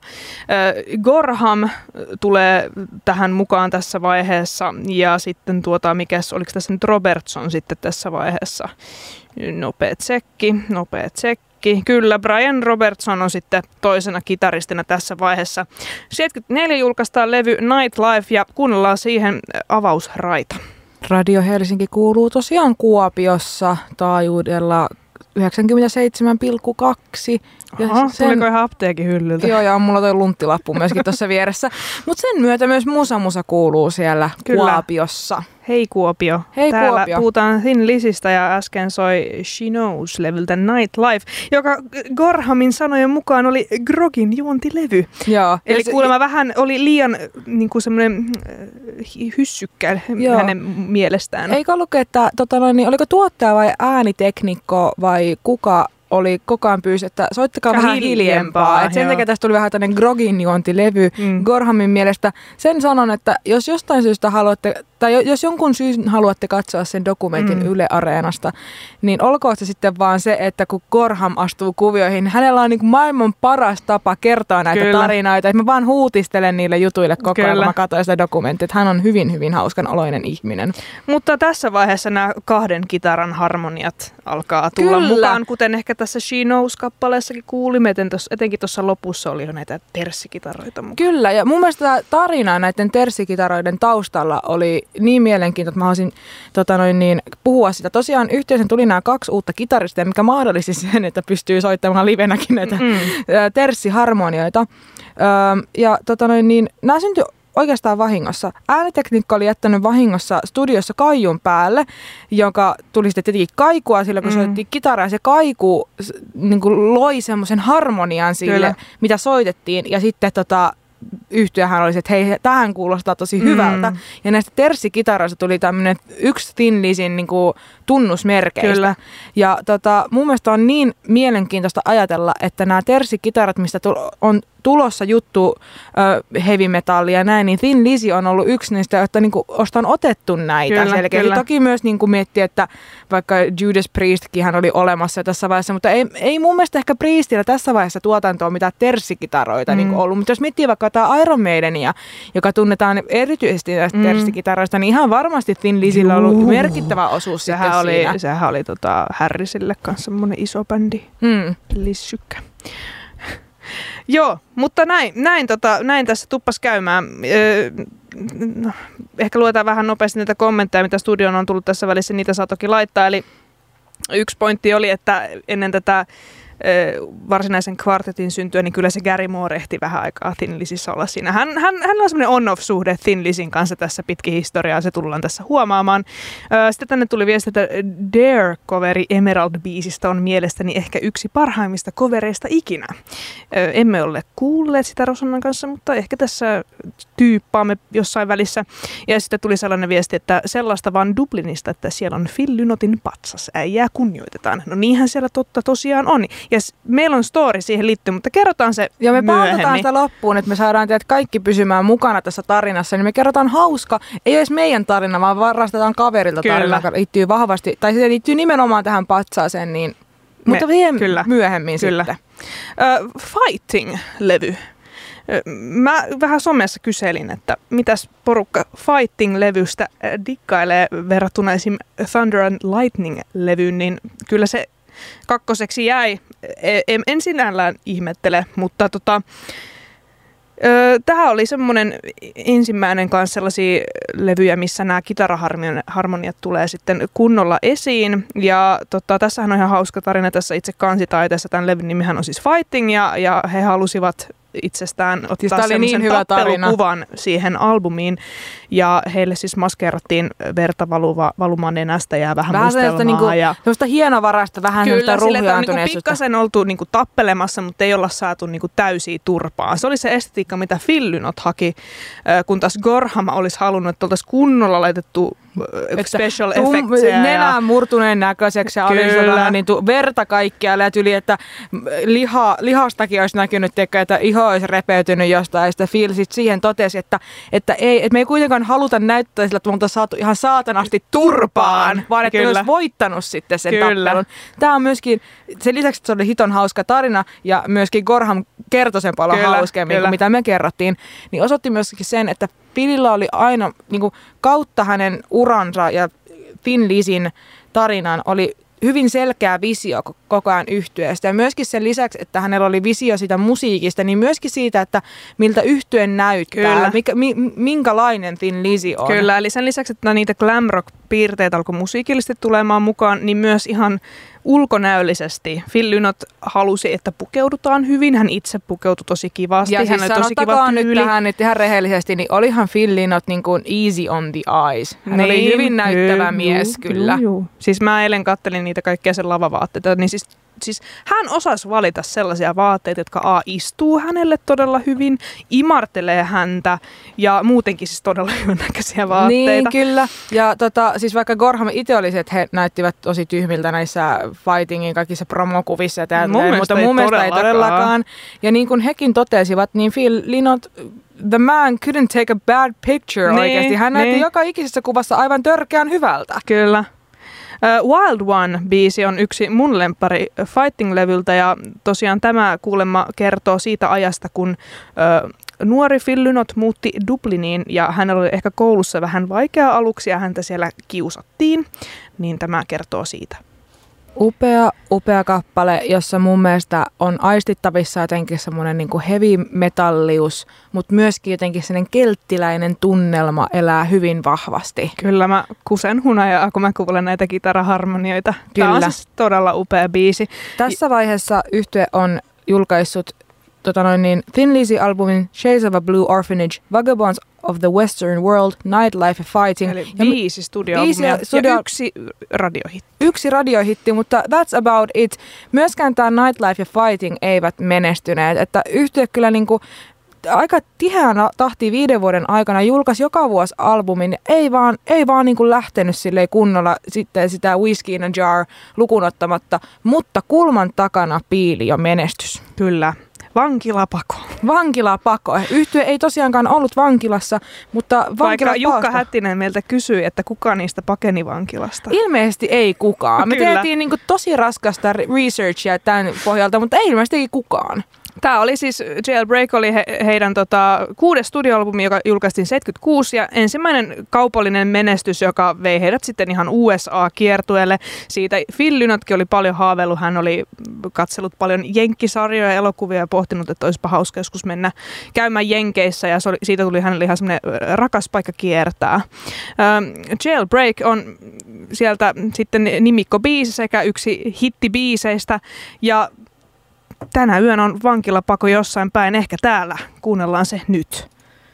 Gorham tulee tähän mukaan tässä vaiheessa ja sitten tuota, mikäs, oliko tässä nyt Robertson sitten tässä vaiheessa? Nopea tsekki, nopea tsekki. Kyllä, Brian Robertson on sitten toisena kitaristina tässä vaiheessa. seitsemänkymmentäneljä julkaistaan levy Nightlife ja kuunnellaan siihen avausraita. Radio Helsinki kuuluu tosiaan Kuopiossa taajuudella yhdeksänkymmentäseitsemän pilkku kaksi. Aha, sen... tuliko ihan apteekin hyllyltä? Joo, ja mulla toi lunttilappu myöskin tuossa vieressä. Mutta sen myötä myös Musa Musa kuuluu siellä Kyllä. Kuopiossa. Hei Kuopio. Hei Täällä Kuopio. puhutaan Thin Lizzystä ja äsken soi She Knows-levyltä Nightlife, joka Gorhamin sanojen mukaan oli grogin juontilevy. Joo. Eli se... kuulemma vähän oli liian niin kuin semmoinen hyssykkä Joo. hänen mielestään. Eikö ollutko, että tota noin, niin, oliko tuottaja vai ääniteknikko vai kuka oli koko ajan pyysi, että soittakaa vähän, vähän hiljempaa. Et sen takia tästä tuli vähän tämmöinen grogin juontilevy mm. Gorhamin mielestä. Sen sanon, että jos jostain syystä haluatte, tai jos jonkun syyn haluatte katsoa sen dokumentin mm. Yle Areenasta, niin olkoon se sitten vaan se, että kun Gorham astuu kuvioihin, hänellä on niin kuin maailman paras tapa kertoa näitä Kyllä. tarinoita. Että mä vaan huutistelen niille jutuille koko ajan, kun mä katsoin sitä dokumenttia. Hän on hyvin, hyvin hauskan oloinen ihminen. Mutta tässä vaiheessa nämä kahden kitaran harmoniat alkaa tulla Kyllä. mukaan, kuten ehkä tässä She Knows-kappaleessakin kuulimme, etenkin tuossa lopussa oli jo näitä terssikitaroita mukaan. Kyllä, ja mun mielestä tarina näiden terssikitaroiden taustalla oli niin mielenkiintoista, että mä haluaisin tota noin, niin, puhua sitä. Tosiaan yhteensä tuli nämä kaksi uutta kitaristia, mikä mahdollisti sen, että pystyy soittamaan livenäkin näitä mm. terssiharmonioita. Ja tota noin, niin, nämä syntyi oikeastaan vahingossa. Äänitekniikka oli jättänyt vahingossa studiossa kaijun päälle, joka tuli sitten tietenkin kaikua sillä, kun mm. soitettiin kitaraa. Se kaiku niin kuin loi semmoisen harmonian sille, Kyllä. mitä soitettiin. Ja sitten tota, yhtyöhän oli se, että hei, tähän kuulostaa tosi mm. hyvältä. Ja näistä terssikitaroista tuli tämmöinen yksi Thin Lizzyn niin kuin tunnusmerkeistä. Kyllä. Ja tota, mun mielestä on niin mielenkiintoista ajatella, että nämä terssikitarat, mistä on tulossa juttu äh, heavy metallia ja näin, niin Thin Lizzy on ollut yksi niistä, jotta niinku on otettu näitä kyllä, selkeästi. Kyllä. Toki myös niinku miettii, että vaikka Judas Priestkin hän oli olemassa tässä vaiheessa, mutta ei, ei mun mielestä ehkä Priestillä tässä vaiheessa tuotantoa mitään terssikitaroita mm. niinku ollut. Mutta jos miettii vaikka tämä Iron Maidenia, joka tunnetaan erityisesti näistä mm. terssikitaroista, niin ihan varmasti Thin Lizzyllä on ollut merkittävä osuus sehän sitten oli, siinä. Sehän oli tota Harrisille kanssa semmoinen iso bändi, mm. Lissykkä. Joo, mutta näin, näin, tota, näin tässä tuppas käymään. Öö, no, ehkä luetaan vähän nopeasti näitä kommentteja, mitä studioon on tullut tässä välissä, niitä saa toki laittaa. Eli yksi pointti oli, että ennen tätä ö, varsinaisen kvartetin syntyä, niin kyllä se Gary Moore ehti vähän aikaa Thin Lizzyssä olla siinä. Hän, hän, hänellä on semmoinen on-off-suhde Thin Lizzyn kanssa tässä pitkin historiaa, se tullaan tässä huomaamaan. Ö, sitten tänne tuli viesti, että Dare-coveri Emerald-biisistä on mielestäni ehkä yksi parhaimmista covereista ikinä. Ö, emme ole kuulleet sitä Rosannan kanssa, mutta ehkä tässä tyyppaamme jossain välissä. Ja sitten tuli sellainen viesti, että sellaista vaan Dublinista, että siellä on Phil Lynotin patsas, äijää kunnioitetaan. No niinhän siellä totta tosiaan on. Ja meillä on story siihen liittyen, mutta kerrotaan se ja me myöhemmin. pautetaan sitä loppuun, että me saadaan teidät kaikki pysymään mukana tässä tarinassa, niin me kerrotaan hauska, ei edes meidän tarina, vaan varastetaan kaverilta tarina, joka liittyy vahvasti, tai se liittyy nimenomaan tähän patsaaseen, niin, mutta vielä myöhemmin kyllä. sitten. Uh, Fighting-levy. Mä vähän somessa kyselin, että mitäs porukka Fighting-levystä dikkailee verrattuna esim. Thunder and Lightning-levyyn, niin kyllä se kakkoseksi jäi. En, en sinällään ihmettele, mutta tota, tähän oli semmoinen ensimmäinen kanssa sellaisia levyjä, missä nämä kitaraharmoniat tulee sitten kunnolla esiin. Ja tota, tässähän on ihan hauska tarina tässä itse kansitaiteessa. Tämän levyn nimihän on siis Fighting ja, ja he halusivat itsestään ottaa siis semmoisen niin tappelukuvan siihen albumiin. Ja heille siis maskeerattiin verta valuva, valumaan nenästä ja vähän, vähän mustelmaa. Niinku, ja semmoista hienovaraista, vähän kyllä, ruhjaantuneisuutta. Kyllä, niinku pikkasen oltu niinku tappelemassa, mutta ei olla saatu niinku täysiä turpaan. Se oli se estetiikka, mitä Phil Lynott haki, kun taas Gorham olisi halunnut, että oltaisiin kunnolla laitettu special effectsia. Nenään murtuneen näköiseksi ja oli vähän niin verta kaikkialle ja tyli, että liha, lihastakin olisi näkynyt, että iho olisi repeytynyt jostain. Ja sitten Phil sit siihen totesi, että, että, ei, että me ei kuitenkaan haluta näyttää sillä, että me oltaisiin saatu ihan saatanasti turpaan, vaan että ne olisi voittanut sitten sen Kyllä. tappelun. Tämä on myöskin, sen lisäksi, että se oli hiton hauska tarina ja myöskin Gorham kertoi sen paljon Kyllä, hauskemmin kuin mitä me kerrottiin, niin osoitti myöskin sen, että Philillä oli aina niin kuin kautta hänen uransa ja Thin Lizyn tarinan oli hyvin selkeä visio koko ajan yhtyeestä. Ja myöskin sen lisäksi, että hänellä oli visio siitä musiikista, niin myöskin siitä, että miltä yhtye näyttää, mikä, mi, minkälainen Thin Lizzy on. Kyllä, eli sen lisäksi, että niitä glam rock-piirteitä alkoi musiikillisesti tulemaan mukaan, niin myös ihan ulkonäöllisesti. Phil Lynott halusi, että pukeudutaan hyvin. Hän itse pukeutui tosi kivasti. Ja hän siis oli tosi kiva nyt tähän nyt ihan rehellisesti, niin olihan Phil Lynott niin kuin easy on the eyes. Hän niin, oli hyvin näyttävä juu, mies juu, kyllä. Juu, juu. Siis mä eilen kattelin niitä kaikkia sen lavavaatteita, niin siis Siis hän osasi valita sellaisia vaatteita, jotka a. istuu hänelle todella hyvin, imartelee häntä ja muutenkin siis todella hyvän näköisiä vaatteita. Niin, kyllä. Ja tota, siis vaikka Gorham itse olisi, että he näyttivät tosi tyhmiltä näissä Fightingin kaikissa promokuvissa ja täältä, mun mutta mun mielestä ei todellakaan. Ja niin kuin hekin totesivat, niin Phil Lynott, the man couldn't take a bad picture niin, oikeasti. Hän näytti niin. joka ikisessä kuvassa aivan törkeän hyvältä. Kyllä. Uh, Wild One-biisi on yksi mun lemppari Fighting-levyltä ja tosiaan tämä kuulemma kertoo siitä ajasta, kun uh, nuori Phil Lynott muutti Dubliniin ja hänellä oli ehkä koulussa vähän vaikea aluksi ja häntä siellä kiusattiin, niin tämä kertoo siitä. Upea, upea kappale, jossa mun mielestä on aistittavissa jotenkin semmoinen niin kuin heavy metallius, mutta myöskin jotenkin sellainen kelttiläinen tunnelma elää hyvin vahvasti. Kyllä, mä kusen hunajaa, kun mä kuulen näitä kitaraharmonioita. Kyllä. Tämä on siis todella upea biisi. Tässä vaiheessa yhtye on julkaissut tota noin niin, Thin Lizzy-albumin Shades of a Blue Orphanage, Vagabonds of the Western World, Nightlife and Fighting. Eli viisi studioalbumia studio- ja yksi radiohitti. Yksi radiohitti, mutta that's about it. Myöskään tämä Nightlife ja Fighting eivät menestyneet. Että yhtye kyllä niinku aika tiheään tahtiin viiden vuoden aikana julkaisi joka vuosi albumin. Ei vaan, ei vaan niinku lähtenyt silleen kunnolla sitten sitä Whiskey in a Jar lukuun ottamatta, mutta kulman takana piili jo menestys. Kyllä. Vankilapako. Vankilapako. Yhtye ei tosiaankaan ollut vankilassa, mutta vankilapako. Vaikka Jukka Hättinen meiltä kysyi, että kuka niistä pakeni vankilasta. Ilmeisesti ei kukaan. Me tehtiin niin kuin tosi raskasta researchia tämän pohjalta, mutta ei ilmeisesti kukaan. Tämä oli siis, Jailbreak oli he, heidän tota, kuudes studioalbumi, joka julkaistiin seitsemänkymmentäkuusi ja ensimmäinen kaupallinen menestys, joka vei heidät sitten ihan U S A-kiertueelle. Siitä Phil Lynottkin oli paljon haaveillut, hän oli katsellut paljon jenkkisarjoja ja elokuvia ja pohtinut, että olisipa hauska joskus mennä käymään Jenkeissä ja oli, siitä tuli hänelle ihan semmoinen rakas paikka kiertää. Ähm, Jailbreak on sieltä sitten nimikkobiisi sekä yksi hittibiiseistä ja tänä yönä on vankilapako jossain päin, ehkä täällä. Kuunnellaan se nyt.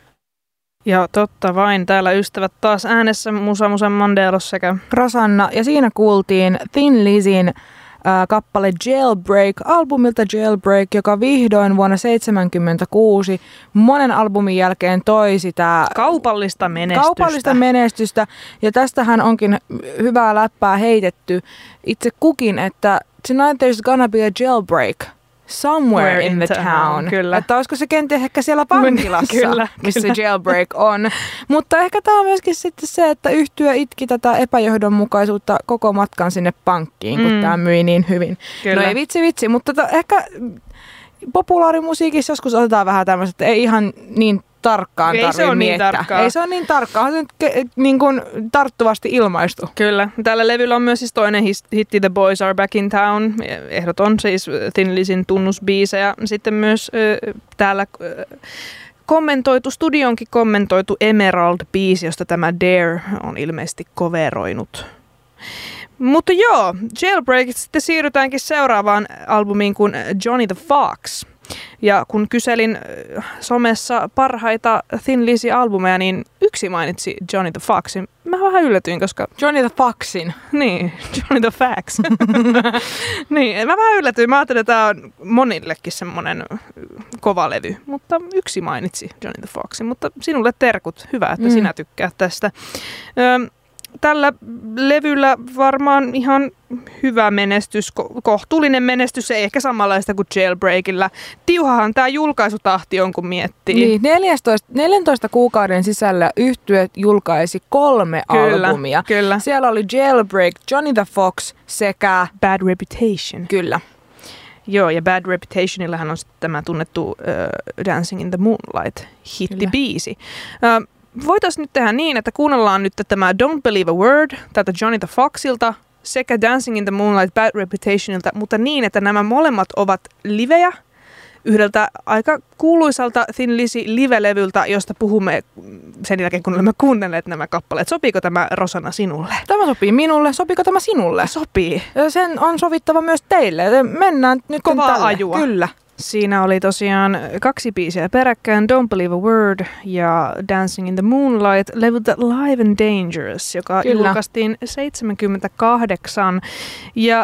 Ja totta vain, täällä ystävät taas äänessä Musa Musan Mandelos sekä Rosanna. Ja siinä kuultiin Thin Lizzyn äh, kappale Jailbreak, albumilta Jailbreak, joka vihdoin vuonna seitsemänkymmentäkuusi monen albumin jälkeen toi sitä kaupallista menestystä. kaupallista menestystä. Ja tästähän onkin hyvää läppää heitetty itse kukin, että tonight there's gonna be a jailbreak somewhere Where in the town. town. Kyllä. Että olisiko se kenties ehkä siellä vankilassa, kyllä, missä kyllä. jailbreak on. Mutta ehkä tämä on myöskin sitten se, että yhtye itki tätä epäjohdonmukaisuutta koko matkan sinne pankkiin, kun mm. tämä myi niin hyvin. Kyllä. No ei vitsi vitsi, mutta to, ehkä populaarimusiikissa joskus otetaan vähän tämmöistä, että ei ihan niin tarkkaan ei tarvitse miettiä. Niin ei se ole niin tarkkaan, on se nyt ke, niin kuin tarttuvasti ilmaistu. Kyllä. Tällä levyllä on myös siis toinen hitti The Boys Are Back in Town. Ehdoton siis Thin Lizyn tunnusbiisejä. Sitten myös äh, täällä äh, kommentoitu, studionkin kommentoitu Emerald-biisi, josta tämä Dare on ilmeisesti coveroinut. Mutta joo, Jailbreakista sitten siirrytäänkin seuraavaan albumiin kuin Johnny the Fox. Ja kun kyselin somessa parhaita Thin Lizzy-albumeja, niin yksi mainitsi Johnny the Foxin. Mä vähän yllätyin, koska... Johnny the Foxin. Niin, Johnny the Fax. niin, mä vähän yllätyin. Mä ajattelin, että tää on monillekin semmonen kova levy. Mutta yksi mainitsi Johnny the Foxin. Mutta sinulle terkut. Hyvä, että mm. sinä tykkäät tästä. Öm, Tällä levyllä varmaan ihan hyvä menestys, ko- kohtuullinen menestys, ei ehkä samanlaista kuin Jailbreakilla. Tiuhahan tämä julkaisutahti on, kun miettii. Niin, neljätoista, neljäntoista kuukauden sisällä yhtye julkaisi kolme kyllä, albumia. Kyllä. Siellä oli Jailbreak, Johnny the Fox sekä Bad Reputation. Kyllä. Joo, ja Bad Reputationillahan on sitten tämä tunnettu uh, Dancing in the Moonlight-hittibiisi. Uh, Voitaisiin nyt tehdä niin, että kuunnellaan nyt tämä Don't Believe a Word tältä Johnny the Foxilta sekä Dancing in the Moonlight Bad Reputationilta, mutta niin, että nämä molemmat ovat livejä yhdeltä aika kuuluisalta Thin Lizzy live-levyltä, josta puhumme sen jälkeen, kun olemme kuunnelleet nämä kappaleet. Sopiiko tämä, Rosanna, sinulle? Tämä sopii minulle. Sopiiko tämä sinulle? Sopii. Sen on sovittava myös teille. Mennään nyt kovaa tälle. Ajua. Kyllä. Siinä oli tosiaan kaksi biisiä peräkkäin, Don't Believe a Word ja Dancing in the Moonlight, levyltä Live and Dangerous, joka Kyllä. julkaistiin seitsemänkymmentäkahdeksan. Ja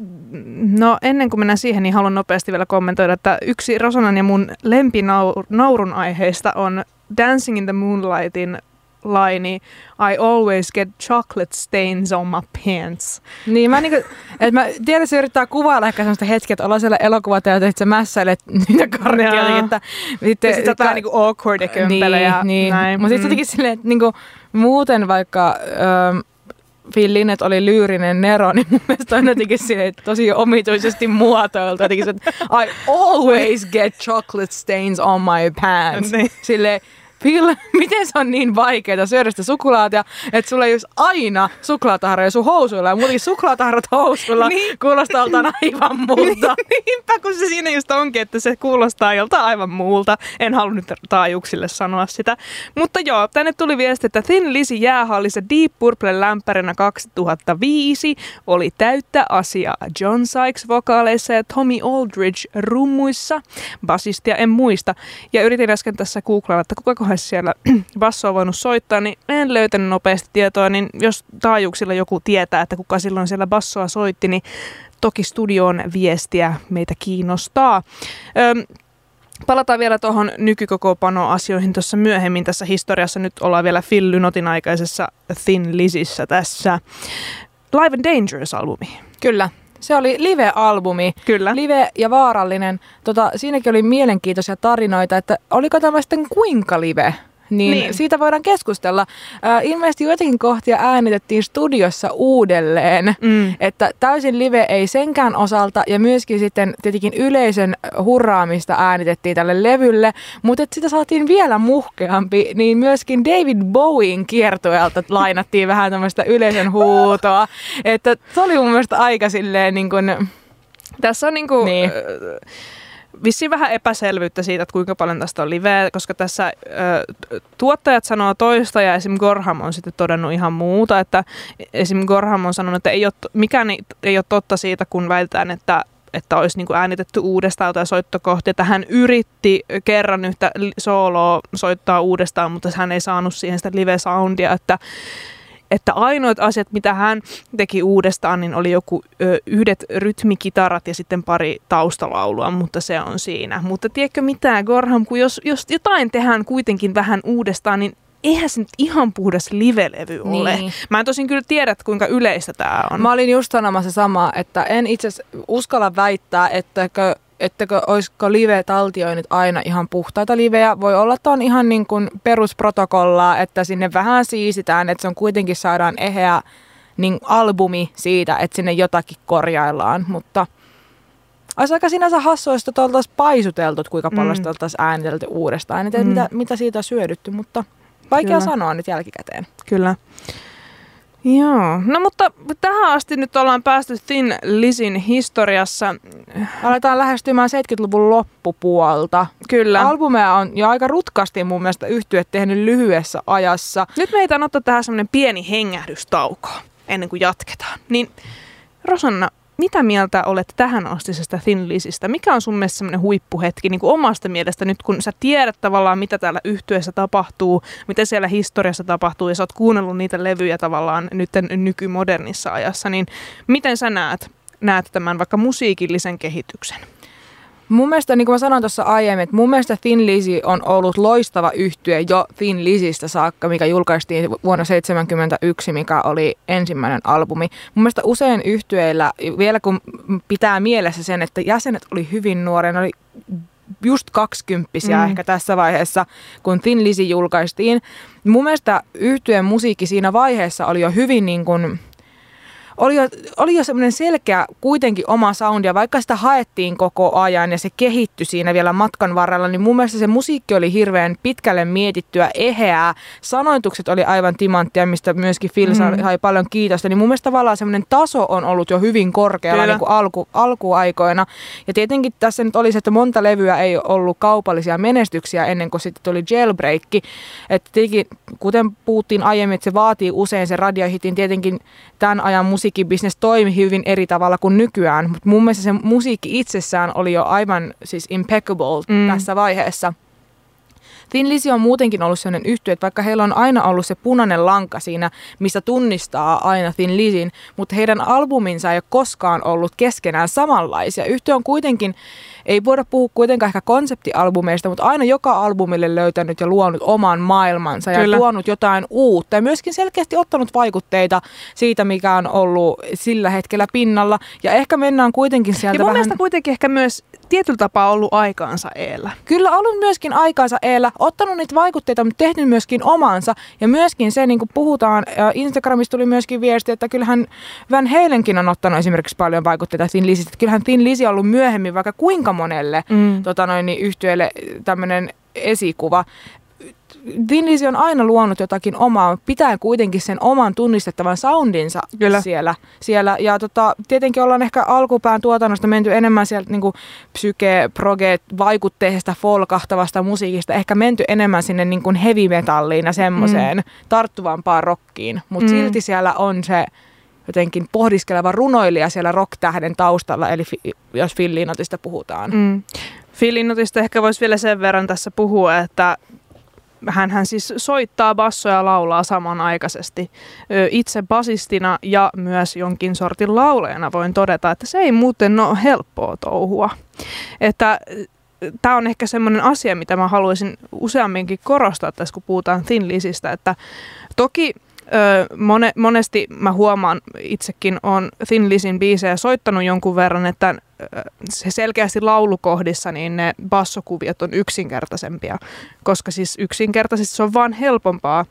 no ennen kuin mennään siihen, niin haluan nopeasti vielä kommentoida, että yksi Rosanan ja mun lempinaurun aiheista on Dancing in the Moonlightin laini I always get chocolate stains on my pants. Niin, mä, niinku, et mä tiedän, että se yrittää kuvailla ehkä sellaista hetkeä, että ollaan siellä elokuvateatrissa, että sä mässäilet niitä karkkia. Että, sitten sit sä oot vähän niinku awkward ja kömpelä niin, ja niin. näin. Mutta sitten jotenkin silleen, että niinku, muuten vaikka ähm, Phil Lynott oli lyyrinen Nero, niin mun mielestä on jotenkin silleen, tosi omituisesti muotoiltu. Jotenkin se, että I always get chocolate stains on my pants. Niin. Silleen, Phil, miten se on niin vaikeaa syödä sitä suklaata, että sulla ei olisi aina suklaatahroja sun housuilla ja muutenkin suklaatahrot housuilla niin. Kuulostaa joltain aivan muulta. Niinpä, kun se siinä just onkin, että se kuulostaa joltain aivan muulta. En halunnut taajuuksille sanoa sitä. Mutta joo, tänne tuli viesti, että Thin Lizzy jäähallissa Deep Purple lämpärinä kaksituhattaviisi oli täyttä asiaa John Sykes vokaaleissa ja Tommy Aldridge rummuissa. Basistia en muista. Ja yritin äsken tässä googlailla, että kuka siellä bassoa voinut soittaa, niin en löytänyt nopeasti tietoa, niin jos taajuuksilla joku tietää, että kuka silloin siellä bassoa soitti, niin toki studioon viestiä meitä kiinnostaa. Öm, palataan vielä tuohon nykykokoopano-asioihin tuossa myöhemmin tässä historiassa. Nyt ollaan vielä Phil Lynottin aikaisessa Thin Lizzyssä tässä. Live and Dangerous-albumi. Kyllä. Se oli live-albumi. Kyllä. Live ja vaarallinen. Tota, siinäkin oli mielenkiintoisia tarinoita, että oliko tämä sitten kuinka live? Niin, niin. Siitä voidaan keskustella. Äh, ilmeisesti joitakin kohtia äänitettiin studiossa uudelleen, mm. että täysin live ei senkään osalta ja myöskin sitten tietenkin yleisön hurraamista äänitettiin tälle levylle, mutta että sitä saatiin vielä muhkeampi, niin myöskin David Bowien kiertueelta lainattiin vähän tämmöistä yleisön huutoa, että se oli mun mielestä aika silleen niin kuin... Tässä on niin kuin... Niin. Vissiin vähän epäselvyyttä siitä, että kuinka paljon tästä on liveä, koska tässä ö, tuottajat sanoo toista ja esim. Gorham on sitten todennut ihan muuta, että esim. Gorham on sanonut, että ei ole, mikään ei ole totta siitä, kun väitetään, että että olisi niin kuin äänitetty uudestaan jotain soittokohtia, että hän yritti kerran yhtä sooloa soittaa uudestaan, mutta hän ei saanut siihen sitä live-soundia, että että ainoat asiat, mitä hän teki uudestaan, niin oli joku ö, yhdet rytmikitarat ja sitten pari taustalaulua, mutta se on siinä. Mutta tiedätkö mitään, Gorham, kun jos, jos jotain tehdään kuitenkin vähän uudestaan, niin eihän se nyt ihan puhdas live-levy ole. Niin. Mä en tosin kyllä tiedä, kuinka yleistä tää on. Mä olin just sanomassa samaa, että en itse uskalla väittää, ettäkö, ettäkö olisiko live-taltioinnit aina ihan puhtaita liveä. Voi olla, että on ihan niin kuin perusprotokollaa, että sinne vähän siisitään, että se on kuitenkin saadaan eheä niin albumi siitä, että sinne jotakin korjaillaan, mutta olisi aika sinänsä hassua, jos tuota oltaisiin paisuteltu, kuinka paljon mm. sitä oltaisiin äänitelty uudestaan. En tiedä, mm. mitä, mitä siitä on syödytty, mutta vaikea Kyllä. sanoa nyt jälkikäteen. Kyllä. Joo, no mutta tähän asti nyt ollaan päästy Thin Lizyn historiassa. Aletaan lähestymään seitsemänkymmentäluvun loppupuolta. Kyllä. Albumeja on jo aika rutkasti mun mielestä yhtye tehnyt lyhyessä ajassa. Nyt meitä on ottaa tähän semmoinen pieni hengähdystauko ennen kuin jatketaan. Niin Rosanna, mitä mieltä olet tähän astisesta Thin Lizystä? Mikä on sun mielestä semmoinen huippuhetki niin kuin omasta mielestä nyt, kun sä tiedät tavallaan, mitä täällä yhtyeessä tapahtuu, mitä siellä historiassa tapahtuu, ja sä oot kuunnellut niitä levyjä tavallaan nyt nykymodernissa ajassa, niin miten sä näet, näet tämän vaikka musiikillisen kehityksen? Mun mielestä, niin kuin mä sanoin tuossa aiemmin, että mun mielestä Thin Lizzy on ollut loistava yhtye jo Thin Lizystä saakka, mikä julkaistiin vuonna seitsemänkymmentäyksi, mikä oli ensimmäinen albumi. Mun mielestä usein yhtyeillä, vielä kun pitää mielessä sen, että jäsenet oli hyvin nuoria, ne oli just kaksikymppisiä mm. ehkä tässä vaiheessa, kun Thin Lizzy julkaistiin. Mun mielestä yhtyeen musiikki siinä vaiheessa oli jo hyvin niin kuin Oli jo, oli jo semmoinen selkeä kuitenkin oma sound, ja vaikka sitä haettiin koko ajan ja se kehittyi siinä vielä matkan varrella, niin mun mielestä se musiikki oli hirveän pitkälle mietittyä, eheää. Sanoitukset oli aivan timanttia, mistä myöskin Phil mm. sai paljon kiitosta. Niin mun mielestä tavallaan semmoinen taso on ollut jo hyvin korkealla niin kuin alku, alkuaikoina. Ja tietenkin tässä nyt oli se, että monta levyä ei ollut kaupallisia menestyksiä ennen kuin sitten tuli Jailbreak. Että tietenkin, kuten puhuttiin aiemmin, että se vaatii usein se radiohitin, tietenkin tämän ajan musiikkibisnes toimi hyvin eri tavalla kuin nykyään, mutta mun mielestä se musiikki itsessään oli jo aivan siis impeccable mm. tässä vaiheessa. Thin Lizzy on muutenkin ollut sellainen yhtye, että vaikka heillä on aina ollut se punainen lanka siinä, missä tunnistaa aina Thin Lizyn, mutta heidän albuminsa ei ole koskaan ollut keskenään samanlaisia. Yhtye on kuitenkin, ei voida puhua kuitenkaan ehkä konseptialbumeista, mutta aina joka albumille löytänyt ja luonut oman maailmansa ja Kyllä. tuonut jotain uutta. Ja myöskin selkeästi ottanut vaikutteita siitä, mikä on ollut sillä hetkellä pinnalla. Ja ehkä mennään kuitenkin sieltä ja mun vähän... mielestä kuitenkin ehkä myös tietyllä tapaa ollut aikaansa eellä. Kyllä ollut myöskin aikaansa eellä, ottanut niitä vaikutteita, mutta tehnyt myöskin omansa. Ja myöskin se, niin kuin puhutaan, Instagramissa tuli myöskin viesti, että kyllähän Van Halenkin on ottanut esimerkiksi paljon vaikutteita Thin Lizystä. Kyllähän Thin Lizzy on ollut myöhemmin vaikka kuinka monelle mm. tota noin, niin yhtyeelle tämmöinen esikuva. Thin Lizzy on aina luonut jotakin omaa, pitää kuitenkin sen oman tunnistettavan soundinsa siellä. siellä. Ja tota, tietenkin ollaan ehkä alkupään tuotannosta menty enemmän sieltä niin kuin psyke, proge, vaikutteista, folkahtavasta musiikista, ehkä menty enemmän sinne niin kuin heavy metalliin ja semmoiseen mm. tarttuvampaan rockiin. Mutta mm. silti siellä on se jotenkin pohdiskeleva runoilija siellä rock-tähden taustalla, eli fi, jos Phil Lynotista puhutaan. Mm. Phil Lynotista ehkä voisi vielä sen verran tässä puhua, että hänhän siis soittaa bassoja ja laulaa samanaikaisesti. Itse basistina ja myös jonkin sortin laulajana voin todeta, että se ei muuten ole helppoa touhua. Että tämä on ehkä semmoinen asia, mitä mä haluaisin useamminkin korostaa tässä, kun puhutaan Thin Lizystä, että toki Mone, monesti mä huomaan, itsekin on Thin Lizyn biisejä soittanut jonkun verran, että se selkeästi laulukohdissa niin ne bassokuviot on yksinkertaisempia, koska siis yksinkertaisesti se on vaan helpompaa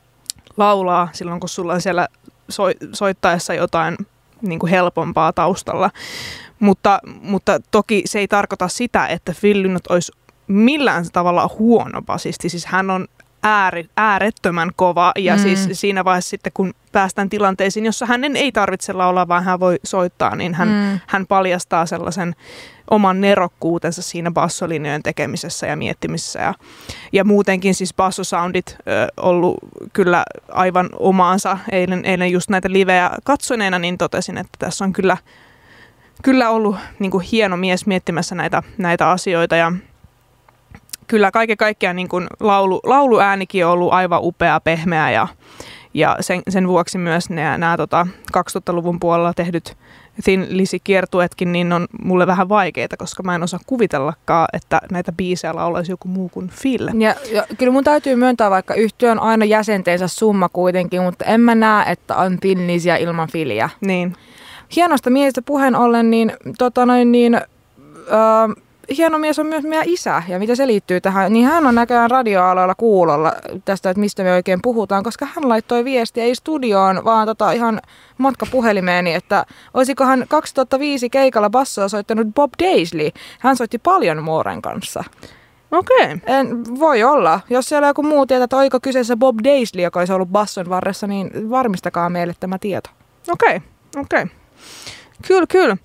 laulaa silloin, kun sulla on siellä so- soittaessa jotain niin kuin helpompaa taustalla. Mutta, mutta toki se ei tarkoita sitä, että Phil Lynott olisi millään tavalla huono basisti. Siis hän on Ääri, äärettömän kova ja mm. siis siinä vaiheessa sitten kun päästään tilanteisiin, jossa hänen ei tarvitse laulaa, vaan hän voi soittaa, niin hän, mm. hän paljastaa sellaisen oman nerokkuutensa siinä bassolinjojen tekemisessä ja miettimisessä. Ja, ja muutenkin siis bassosoundit ö, ollut kyllä aivan omaansa. Eilen, eilen just näitä livejä katsoneena niin totesin, että tässä on kyllä, kyllä ollut niin kuin hieno mies miettimässä näitä, näitä asioita ja kyllä kaiken kaikkiaan niin kuin laulu, lauluäänikin on ollut aivan upea, pehmeä ja, Ja sen, sen vuoksi myös nämä tota, kaksituhattaluvun puolella tehdyt Thin Lizzy-kiertueetkin niin on mulle vähän vaikeita, koska mä en osaa kuvitellakaan, että näitä biisejä laulaisi joku muu kuin Phil. Ja, ja kyllä mun täytyy myöntää, vaikka yhtye on aina jäsenteensä summa kuitenkin, mutta en mä näe, että on Thin Lizzyä ilman Philiä. Niin. Hienosta miehistä puheen ollen, niin, tota noin, niin öö, hieno mies on myös meidän isä, ja mitä se liittyy tähän, niin hän on näköjään radioaloilla kuulolla tästä, että mistä me oikein puhutaan, koska hän laittoi viestiä ei studioon, vaan tota ihan matkapuhelimeeni, että olisikohan kaksituhattaviisi keikalla bassoa soittanut Bob Daisley. Hän soitti paljon Mooren kanssa. Okei. Okay. En, voi olla. Jos siellä joku muu tietää, että oiko kyseessä Bob Daisley, joka olisi ollut basson varressa, niin varmistakaa meille tämä tieto. Okei, okay. okei. Okay. Kyllä, kyllä.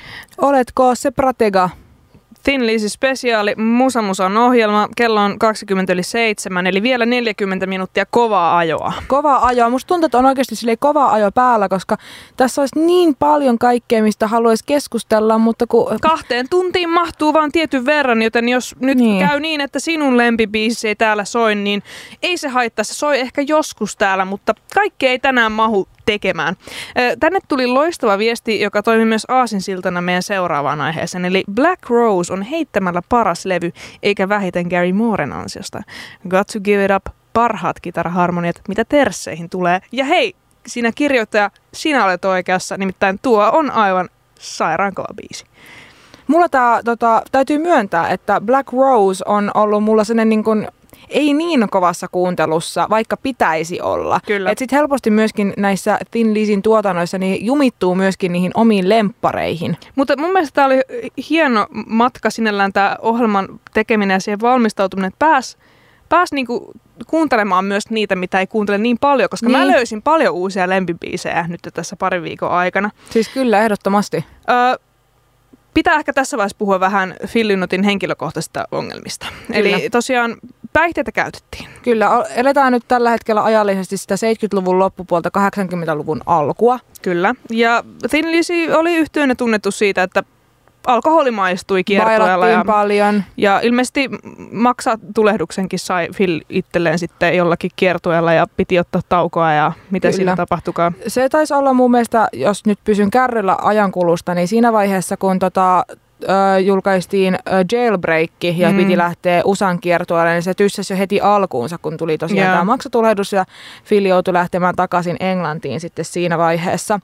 Oletko se pratega? Thin Lizzy spesiaali Musa Musan ohjelma. Kello on kaksikymmentä yli seitsemän, eli vielä neljäkymmentä minuuttia kovaa ajoa. Kovaa ajoa. Musta tuntuu, että on oikeasti silleen kova ajo päällä, koska tässä olisi niin paljon kaikkea, mistä haluaisi keskustella, mutta kun... Kahteen tuntiin mahtuu vaan tietyn verran, joten jos nyt niin. käy niin, että sinun lempibiisi ei täällä soi, niin ei se haittaa. Se soi ehkä joskus täällä, mutta kaikki ei tänään mahu tekemään. Tänne tuli loistava viesti, joka toimi myös aasinsiltana meidän seuraavaan aiheeseen, eli Black Rose on heittämällä paras levy, eikä vähiten Gary Mooren ansiosta. Got to Give It Up, parhaat kitaraharmoniat, mitä tersseihin tulee. Ja hei, sinä kirjoittaja, sinä olet oikeassa, nimittäin tuo on aivan sairaan kova biisi. Mulla tää, tota, täytyy myöntää, että Black Rose on ollut mulla sellainen niin kuin ei niin kovassa kuuntelussa, vaikka pitäisi olla. Että sitten helposti myöskin näissä Thin Lizzyn tuotannoissa niin jumittuu myöskin niihin omiin lemppareihin. Mutta mun mielestä tämä oli hieno matka sinällään tämä ohjelman tekeminen ja siihen valmistautuminen, että pääsi pääs niinku kuuntelemaan myös niitä, mitä ei kuuntele niin paljon, koska niin. mä löysin paljon uusia lempibiisejä nyt tässä parin viikon aikana. Siis kyllä, ehdottomasti. Öö, Pitää ehkä tässä vaiheessa puhua vähän Phil Lynotin henkilökohtaisista ongelmista. Kyllä. Eli tosiaan päihteitä käytettiin. Kyllä, eletään nyt tällä hetkellä ajallisesti sitä seitsemänkymmentäluvun loppupuolta kahdeksankymmentäluvun alkua. Kyllä, ja Thin Lizzy oli yhtyeenä tunnettu siitä, että alkoholi maistui kiertueella. Ja, paljon. Ja ilmeisesti maksatulehduksenkin sai Phil itselleen sitten jollakin kiertueella ja piti ottaa taukoa ja mitä Kyllä. siinä tapahtukaan. Se taisi olla mun mielestä, jos nyt pysyn kärryllä ajankulusta, niin siinä vaiheessa kun tota, ö, julkaistiin ö, Jailbreak ja mm. piti lähteä U S A:n kiertueelle, niin se tyssäsi jo heti alkuunsa, kun tuli tosiaan yeah. tämä maksatulehdus ja Phil joutui lähtemään takaisin Englantiin sitten siinä vaiheessa.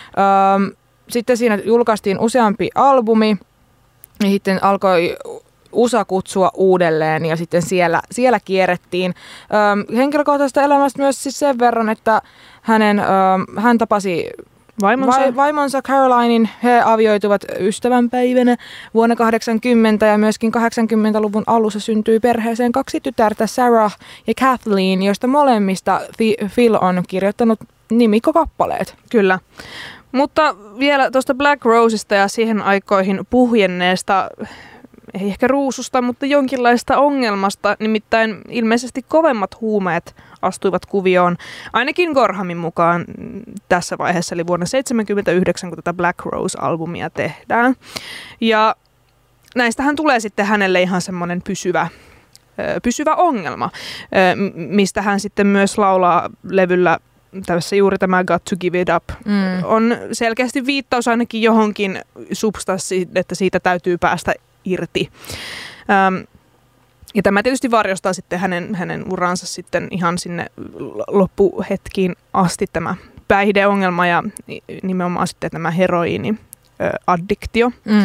Ö, Sitten siinä julkaistiin useampi albumi ja sitten alkoi U S A kutsua uudelleen ja sitten siellä, siellä kierrettiin. Öm, henkilökohtaisesta elämästä myös siis sen verran, että hänen, öm, hän tapasi vaimonsa. Va- vaimonsa Carolinin. He avioituvat ystävänpäivänä vuonna kahdeksankymmentä ja myöskin kahdeksankymmentäluvun alussa syntyi perheeseen kaksi tytärtä, Sarah ja Kathleen, joista molemmista Phil on kirjoittanut nimikkokappaleet. Kyllä. Mutta vielä tuosta Black Rosesta ja siihen aikoihin puhjenneesta, ei ehkä ruususta, mutta jonkinlaista ongelmasta, nimittäin ilmeisesti kovemmat huumeet astuivat kuvioon, ainakin Gorhamin mukaan tässä vaiheessa, eli vuonna seitsemänkymmentäyhdeksän, kun tätä Black Rose-albumia tehdään. Ja näistähän tulee sitten hänelle ihan semmoinen pysyvä, pysyvä ongelma, mistä hän sitten myös laulaa levyllä. Tässä juuri tämä Got to Give It Up mm. on selkeästi viittaus ainakin johonkin substanssiin, että siitä täytyy päästä irti. Ähm, ja tämä tietysti varjostaa sitten hänen, hänen uransa sitten ihan sinne loppuhetkiin asti tämä päihdeongelma ja nimenomaan sitten tämä heroiini-addiktio. Mm.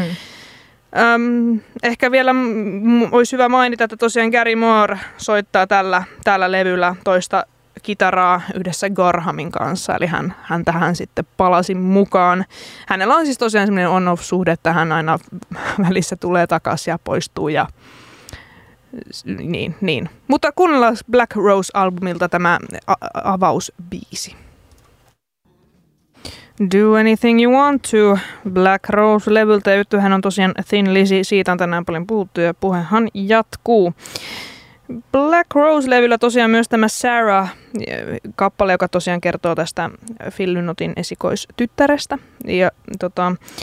Ähm, ehkä vielä m- olisi hyvä mainita, että tosiaan Gary Moore soittaa tällä, tällä levyllä toista kitaraa yhdessä Gorhamin kanssa, eli hän, hän tähän sitten palasi mukaan. Hänellä on siis tosiaan semmoinen on-off-suhde, että hän aina välissä tulee takaisin ja poistuu ja niin, niin. Mutta kuunnellaan Black Rose-albumilta tämä a- avausbiisi. Do Anything You Want To, Black Rose-levyltä. Juttuhän on tosiaan Thin Lizzy, siitä on tänään paljon puhuttu ja puhehan jatkuu. Black Rose-levyllä tosiaan myös tämä Sarah-kappale, joka tosiaan kertoo tästä Phil Lynotin esikoistyttärestä. Ja tota,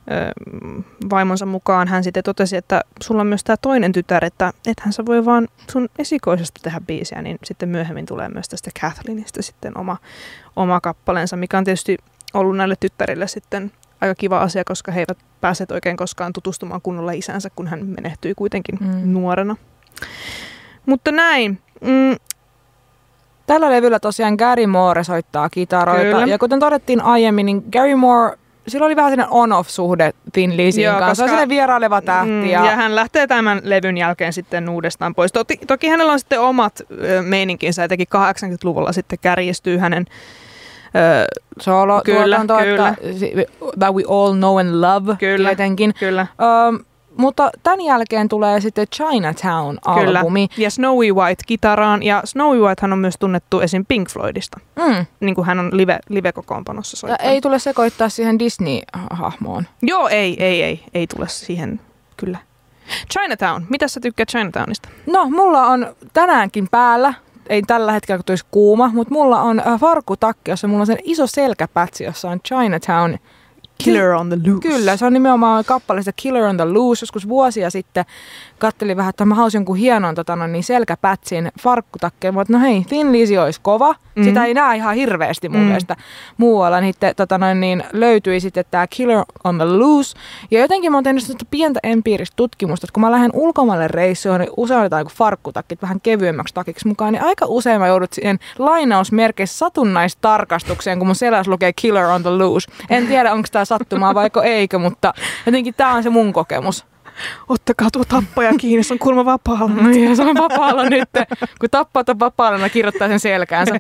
vaimonsa mukaan hän sitten totesi, että sulla on myös tämä toinen tytär, että ethän sä voi vaan sun esikoisesta tehdä biisiä, niin sitten myöhemmin tulee myös tästä Kathleenista sitten oma, oma kappaleensa, mikä on tietysti ollut näille tyttärille sitten aika kiva asia, koska he eivät päässeet oikein koskaan tutustumaan kunnolla isänsä, kun hän menehtyi kuitenkin mm. nuorena. Mutta näin. Mm. Tällä levyllä tosiaan Gary Moore soittaa kitaroita. Kyllä. Ja kuten todettiin aiemmin, niin Gary Moore, sillä oli vähän sellainen on-off-suhde Thin Lizzyn kanssa. Se on sellainen vieraileva tähti. Mm, ja... ja hän lähtee tämän levyn jälkeen sitten uudestaan pois. Toki, toki hänellä on sitten omat ö, meininkinsä, ja teki kahdeksankymmentäluvulla sitten kärjistyy hänen solo tuotanto, että That We All Know and Love kyllä, tietenkin. Kyllä. Um, mutta tämän jälkeen tulee sitten Chinatown-albumi. Kyllä. Ja Snowy White kitaraan. Ja Snowy Whitehan on myös tunnettu esim. Pink Floydista. Mm. Niin kuin hän on live, live-kokoonpanossa soittanut. Ei tule sekoittaa siihen Disney-hahmoon. Joo, ei, ei, ei. Ei tule siihen, kyllä. Chinatown. Mitä sä tykkäät Chinatownista? No, mulla on tänäänkin päällä. Ei tällä hetkellä, kun tulisi kuuma, mutta mulla on farkkutakki, jossa mulla on sen iso selkäpätsi, jossa on Chinatown Killer on the Loose. Kyllä, se on nimenomaan kappaleesta Killer on the Loose. Joskus vuosia sitten katselin vähän, että mä halusin jonkun hienon tota, no, niin selkäpätsin farkkutakkeen. Mutta no hei, Thin Lizzy olisi kova. Mm-hmm. Sitä ei näe ihan hirveästi mun mm. mielestä muualla. Niin, tota, no, niin löytyi sitten tämä Killer on the Loose. Ja jotenkin mä oon tehnyt pientä empiiristä tutkimusta, että kun mä lähden ulkomaille reissuun, niin usein otetaan joku farkkutakkit vähän kevyemmäksi takiksi mukaan. Niin aika usein mä joudut siihen lainausmerkeissä satunnaistarkastukseen, kun mun selässä lukee Killer on the Loose. En tiedä, onko tämä sattumaa vaiko eikö, mutta jotenkin tämä on se mun kokemus. Ottakaa tuo tappaja kiinni, se on kuulemma vapaalla. No ja se on vapaalla nyt. Kun tappaat on vapaalla, mä kirjoittaa sen selkäänsä.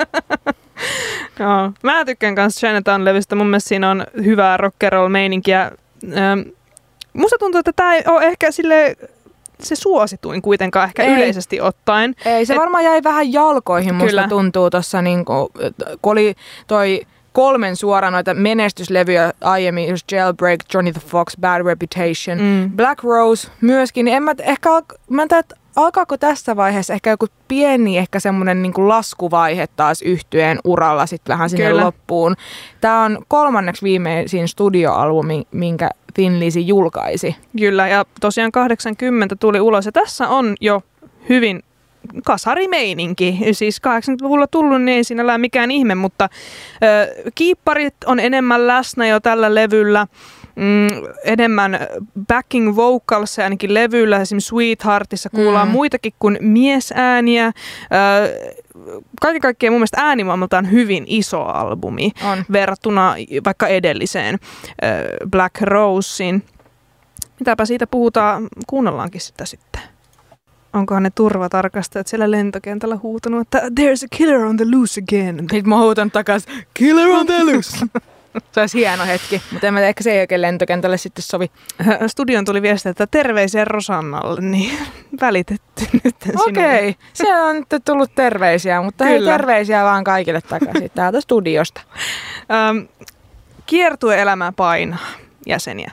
Joo. Mä tykkään kanssa Chinatown-levystä. Mun mielestä siinä on hyvää rock'n'roll-meininkiä. Musta tuntuu, että tää ei ole ehkä sille se suosituin kuitenkaan ehkä ei. Yleisesti ottaen. Ei, se Et, varmaan jäi vähän jalkoihin, musta kyllä. tuntuu tossa, niin kun, kun oli toi kolmen suoraan noita menestyslevyjä aiemmin, just Jailbreak, Johnny the Fox, Bad Reputation, mm. Black Rose myöskin, niin en mä ehkä, mä en tiedä, alkaako tässä vaiheessa ehkä joku pieni ehkä semmoinen niin kuin laskuvaihe taas yhtyeen uralla sitten vähän sinne kyllä. loppuun. Tämä on kolmanneksi viimeisin studioalbumi, minkä Thin Lizzy julkaisi. Kyllä, ja tosiaan kahdeksankymmentä tuli ulos, ja tässä on jo hyvin kasarimeininki. Siis kahdeksankymmentäluvulla tullut, niin ei siinä ole mikään ihme, mutta ö, kiipparit on enemmän läsnä jo tällä levyllä. Mm, enemmän backing vocals ainakin levyllä. Esimerkiksi Sweetheartissa kuullaan mm. muitakin kuin miesääniä. Ö, kaiken kaikkiaan mun mielestä äänimaailmaltaan hyvin iso albumi on. Verrattuna vaikka edelliseen ö, Black Rosein. Mitäpä siitä puhutaan, kuunnellaankin sitä sitten. Onkohan ne turvatarkastajat siellä lentokentällä huutanut, että there's a killer on the loose again. Sitten mä huutan takaisin, killer on the loose. Se olisi hieno hetki, mutta en mä ehkä se ei oikein lentokentälle sitten sovi. Studion tuli viestiä, että terveisiä Rosannalle, niin välitetty nyt sinulle. Okei, siellä on nyt tullut terveisiä, mutta hei, terveisiä vaan kaikille takaisin täältä studiosta. Ähm, Kiertue-elämä painaa jäseniä.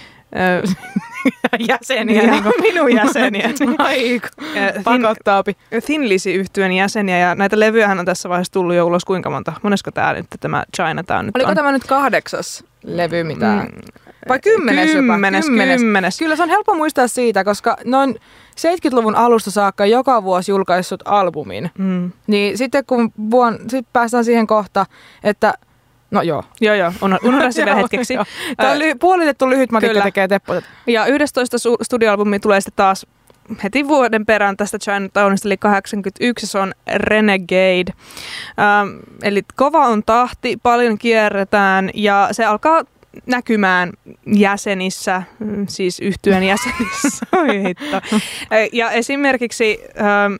jäseniä, niin kuin minun jäseniä. Aiku, pakottaapi. Thin Lizzy-yhtyön jäseniä, ja näitä levyjähän on tässä vaiheessa tullut jo ulos kuinka monta? Monesko tämä nyt, tämä Chinatown nyt Oliko on? tämä nyt kahdeksas levy, mitä... Mm. Vai kymmenes, kymmenes, jopa? Kymmenes. Kymmenes. Kyllä se on helppo muistaa siitä, koska noin seitsemänkymmentäluvun alusta saakka joka vuosi julkaissut albumin. Mm. Niin sitten kun vuon, sit päästään siihen kohta, että no joo. Joo, joo. Unohda se vielä hetkeksi. Tämä on ly- puolitettu lyhyt matikka tekee tepposet. Ja yhdestoista su- studioalbumi tulee sitten taas heti vuoden perään tästä Chinatownista, eli kahdeksankymmentäyksi, se on Renegade. Ähm, eli kova on tahti, paljon kierretään ja se alkaa näkymään jäsenissä, siis yhtyeen jäsenissä. Oi hitto. Ja esimerkiksi ähm,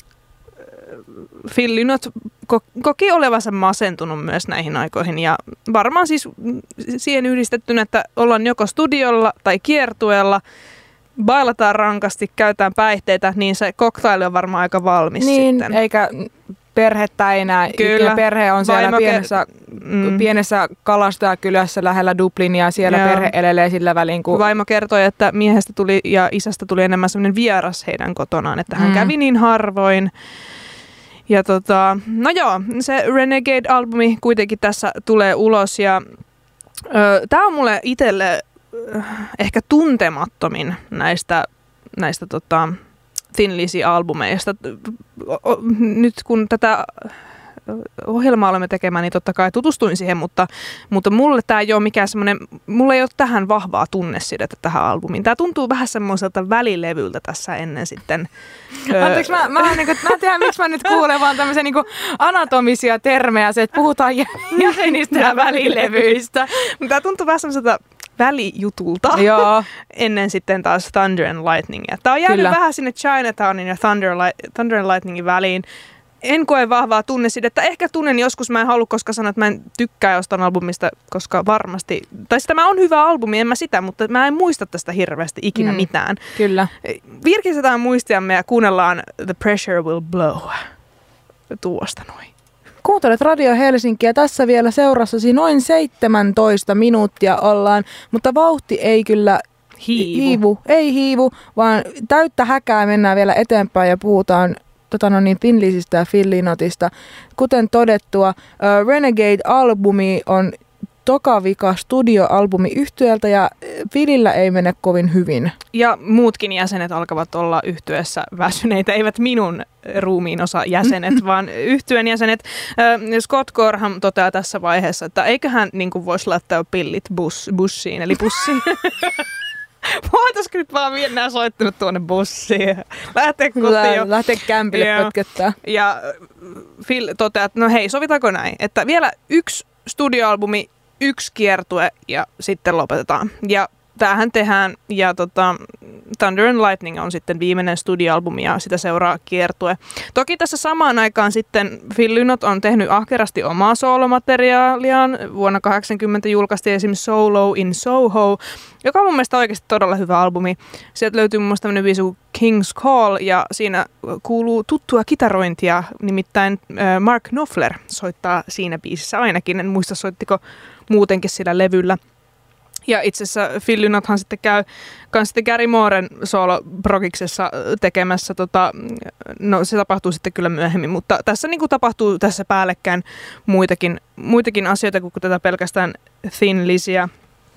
Phil Lynott koki olevansa masentunut myös näihin aikoihin ja varmaan siis siihen yhdistettynä, että ollaan joko studiolla tai kiertueella, bailataan rankasti, käytetään päihteitä, niin se cocktail on varmaan aika valmis niin, sitten. Eikä perhettä enää. Kyllä. Perhe on siellä Vaimoke- pienessä, mm. pienessä kalastajakylässä lähellä Dublinia. Siellä Joo. perhe elelee sillä välin. Kun... Vaimo kertoi, että miehestä tuli ja isästä tuli enemmän sellainen vieras heidän kotonaan, että hän mm. kävi niin harvoin. Ja tota, no joo, se Renegade-albumi kuitenkin tässä tulee ulos ja ö, tää on mulle itselle ehkä tuntemattomin näistä, näistä tota, Thin Lizzy-albumeista. Nyt kun tätä ohjelmaa olemme tekemään, niin totta kai tutustuin siihen, mutta, mutta mulle tämä ei ole mikään semmoinen, mulla ei ole tähän vahvaa tunnesidettä tähän albumiin. Tämä tuntuu vähän semmoiselta välilevyltä tässä ennen sitten. Anteeksi, mä, mä, niin kuin, mä en tiedä, miksi mä nyt kuulen vaan tämmöisiä niin kuin anatomisia termejä, se, että puhutaan jäsenistä ja välilevyistä. Tämä tuntuu vähän semmoiselta välijutulta. Joo. Ennen sitten taas Thunder and Lightningia. Tämä on jäänyt Kyllä. vähän sinne Chinatownin ja Thunder, Thunder and Lightningin väliin. En koe vahvaa tunnesidettä. Ehkä tunnen joskus, mä en halua koska sanoa, että mä en tykkää jostain albumista, koska varmasti, tai sitä mä on hyvä albumi, en mä sitä, mutta mä en muista tästä hirveästi ikinä mm, mitään. Kyllä. Virkistetään muistiamme ja kuunnellaan The Pressure Will Blow. Tuosta noin. Kuuntelet Radio Helsinkiä. Tässä vielä seurassasi noin seitsemäntoista minuuttia ollaan, mutta vauhti ei kyllä hiivu. hiivu. Ei hiivu, vaan täyttä häkää mennään vielä eteenpäin ja puhutaan tota no niin, Thin Lizzystä ja Phil Lynotista. Kuten todettua, uh, Renegade-albumi on toka vika studioalbumi yhtyeeltä ja Philillä ei mene kovin hyvin. Ja muutkin jäsenet alkavat olla yhtyeessä väsyneitä, eivät minun ruumiin osa jäsenet, vaan yhtyeen jäsenet. Uh, Scott Gorham toteaa tässä vaiheessa, että eiköhän niin kuin voisi laittaa pillit bus, bussiin, eli bussiin. Voitaisko nyt vaan mennä soittanut tuonne bussiin? Lähtee kotiin. Lähtee kämpille pötköttää. Ja Phil toteaa, että no hei, sovitaanko näin, että vielä yksi studioalbumi, yksi kiertue ja sitten lopetetaan. Ja tämähän tehdään ja tota, Thunder and Lightning on sitten viimeinen studioalbumi ja sitä seuraa kiertue. Toki tässä samaan aikaan sitten Phil Lynott on tehnyt ahkerasti omaa soolomateriaaliaan. Vuonna kahdeksankymmentä julkaistiin esimerkiksi Solo in Soho, joka on mun mielestä oikeasti todella hyvä albumi. Sieltä löytyy mun mielestä tämmöinen biisi kuin King's Call ja siinä kuuluu tuttua kitarointia, nimittäin Mark Knopfler soittaa siinä biisissä ainakin. En muista soittiko muutenkin sillä levyllä. Ja itse asiassa Phil Lynotthan sitten käy kans sitten Gary Mooren sooloprogiksessa tekemässä, tota, no se tapahtuu sitten kyllä myöhemmin, mutta tässä niin kuin tapahtuu tässä päällekkäin muitakin, muitakin asioita kuin tätä pelkästään Thin Lizzyä.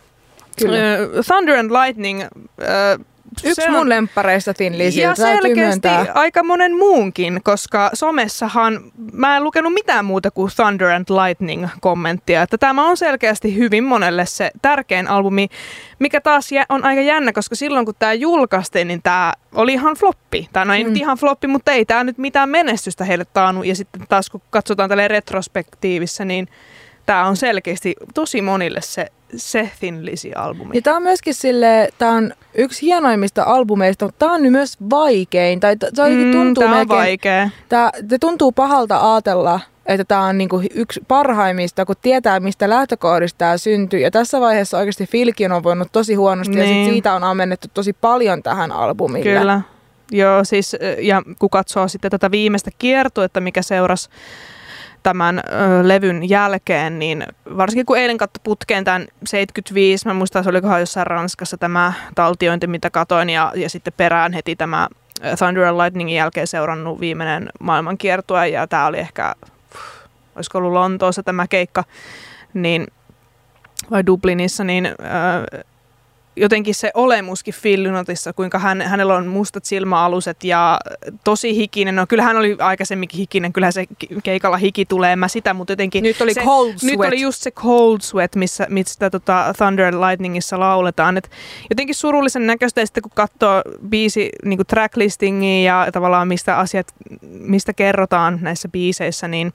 Uh, Thunder and Lightning, uh, yksi mun lemppareista Thin Lizzyltä. Ja selkeästi aika monen muunkin, koska somessahan mä en lukenut mitään muuta kuin Thunder and Lightning-kommenttia. Että tämä on selkeästi hyvin monelle se tärkein albumi, mikä taas on aika jännä, koska silloin kun tämä julkaistiin, niin tämä oli ihan floppi. Tämä ei mm. nyt ihan floppi, mutta ei tämä nyt mitään menestystä heille taannut. Ja sitten taas kun katsotaan tälleen retrospektiivissä, niin tämä on selkeästi tosi monille se se Thin Lizzy-albumi. Ja tämä on myöskin silleen, tämä on yksi hienoimmista albumeista, mutta tämä on myös vaikein. Tai se mm, tuntuu tämä melkein, on vaikea. Tämä, tämä tuntuu pahalta ajatella, että tämä on niinku yksi parhaimmista, kun tietää, mistä lähtökohdista tämä syntyy. Ja tässä vaiheessa oikeasti Philkin on voinut tosi huonosti niin. Ja sit siitä on ammennettu tosi paljon tähän albumille. Kyllä. Joo, siis, ja kun katsoo sitten tätä viimeistä kiertuetta, mikä seurasi tämän ö, levyn jälkeen, niin varsinkin kun eilen katsoi putkeen tämän seitsemänkymmentäviisi, mä muistan, se olikohan jossain Ranskassa tämä taltiointi, mitä katoin, ja, ja sitten perään heti tämä Thunder and Lightningin jälkeen seurannut viimeinen maailmankiertue, ja tämä oli ehkä, pff, olisiko ollut Lontoossa tämä keikka, niin, vai Dublinissa, niin ö, jotenkin se olemuskin Phil Lynotissa, kuinka hän, hänellä on mustat silmäaluset ja tosi hikinen. No kyllä hän oli aikaisemminkin hikinen, kyllä se keikalla hiki tulee, mä sitä, mutta jotenkin... Nyt oli se, Cold Sweat. Nyt oli just se Cold Sweat, missä, missä tota Thunder and Lightningissa lauletaan. Et jotenkin surullisen näköistä, ja sitten kun katsoo biisi niin tracklistingia ja tavallaan mistä asiat, mistä kerrotaan näissä biiseissä, niin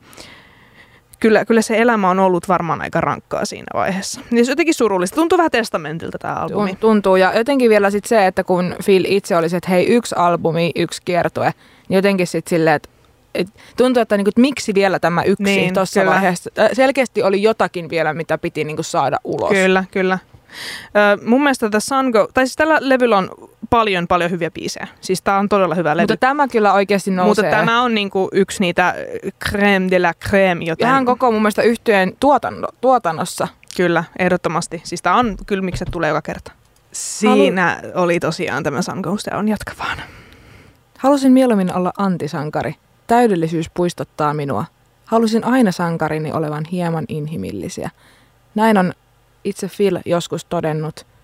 Kyllä, kyllä se elämä on ollut varmaan aika rankkaa siinä vaiheessa. Niin se jotenkin surullista. Tuntuu vähän testamentilta tämä albumi. Tuntuu. Ja jotenkin vielä sit se, että kun Phil itse oli se, että hei, yksi albumi, yksi kiertue, niin jotenkin sitten silleen, että et tuntuu, että, niinku, että miksi vielä tämä yksi niin, tuossa kyllä. vaiheessa. Selkeästi oli jotakin vielä, mitä piti niinku saada ulos. Kyllä, kyllä. Ö, mun mielestä The Sun Go, tai siis tällä levyllä on paljon, paljon hyviä biisejä. Siis tää on todella hyvä levy. Mutta tämä kyllä oikeasti nousee. Mutta tämä on niinku yksi niitä crème de la crème. Joten... Ihan koko mun mielestä yhtyeen tuotanno, tuotannossa. Kyllä, ehdottomasti. Siis tää on kylmikset tulee joka kerta. Siinä Halu... oli tosiaan tämä Sun Goes Down, jatka vaan. Halusin mieluummin olla antisankari. Täydellisyys puistottaa minua. Halusin aina sankarini olevan hieman inhimillisiä. Näin on itse Phil joskus todennut.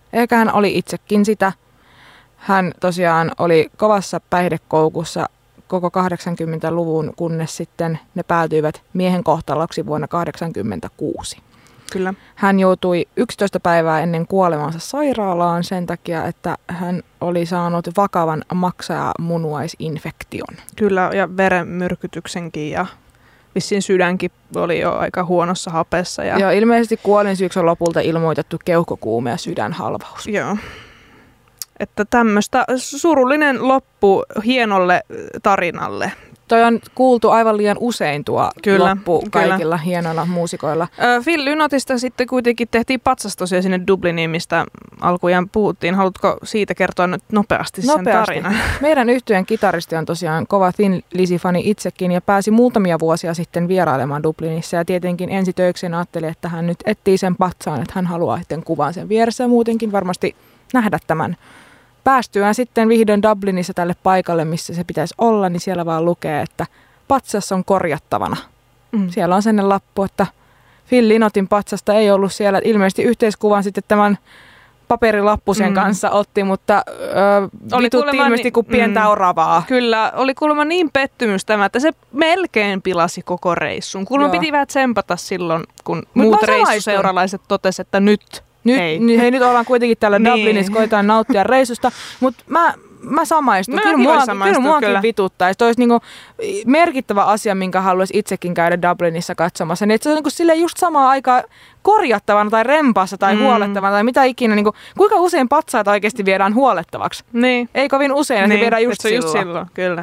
Ehkä hän oli itsekin sitä. Hän tosiaan oli kovassa päihdekoukussa koko kahdeksankymmentäluvun, kunnes sitten ne päätyivät miehen kohtaloksi vuonna kahdeksankymmentäkuusi. Kyllä. Hän joutui yksitoista päivää ennen kuolemansa sairaalaan sen takia, että hän oli saanut vakavan maksajamunuaisinfektion. Kyllä, ja verenmyrkytyksenkin ja vissiin sydänkin oli jo aika huonossa hapessa. Ja... Joo, ilmeisesti kuolinsyyksi on lopulta ilmoitettu keuhkokuume ja sydänhalvaus. Joo. Että tämmöistä surullinen loppu hienolle tarinalle. Toi on kuultu aivan liian usein tuo kyllä, loppu kaikilla kyllä. hienoilla muusikoilla. Phil Lynotista sitten kuitenkin tehtiin patsas tosiaan sinne Dubliniin, mistä alkujaan puhuttiin. Haluatko siitä kertoa nyt nopeasti, nopeasti. sen tarinan? Meidän yhtyeen kitaristi on tosiaan kova Thin Lizzy-fani itsekin ja pääsi muutamia vuosia sitten vierailemaan Dublinissa. Ja tietenkin ensi töikseen ajatteli, että hän nyt etsii sen patsaan, että hän haluaa sitten kuvan sen vieressä ja muutenkin varmasti nähdä tämän. Päästyään sitten vihdoin Dublinissa tälle paikalle, missä se pitäisi olla, niin siellä vaan lukee, että patsas on korjattavana. Mm. Siellä on sellainen lappu, että Phil Lynotin patsasta ei ollut siellä. Ilmeisesti yhteiskuvan sitten tämän paperilappusen mm. kanssa otti, mutta ö, vitutti ilmeisesti kuin pientä mm, oravaa. Kyllä, oli kuulemma niin pettymys tämä, että se melkein pilasi koko reissun. Kuulemma piti vähän tsempata silloin, kun Mut muut reissuseuralaiset totesivat, että nyt... Nyt, hei. Niin, hei, nyt ollaan kuitenkin täällä niin. Dublinissa, koetaan nauttia reissusta, mutta mä, mä samaistun. No, kyllä mua, kyllä muakin vituttaisi. Toi olisi niinku merkittävä asia, minkä haluaisi itsekin käydä Dublinissa katsomassa. Niin, että se on niinku silleen just samaan aikaan korjattavana tai rempassa tai mm. huolettavana tai mitä ikinä. Niinku, kuinka usein patsaita oikeasti viedään huolettavaksi? Niin. Ei kovin usein, että niin. viedään just silloin. just silloin. Kyllä.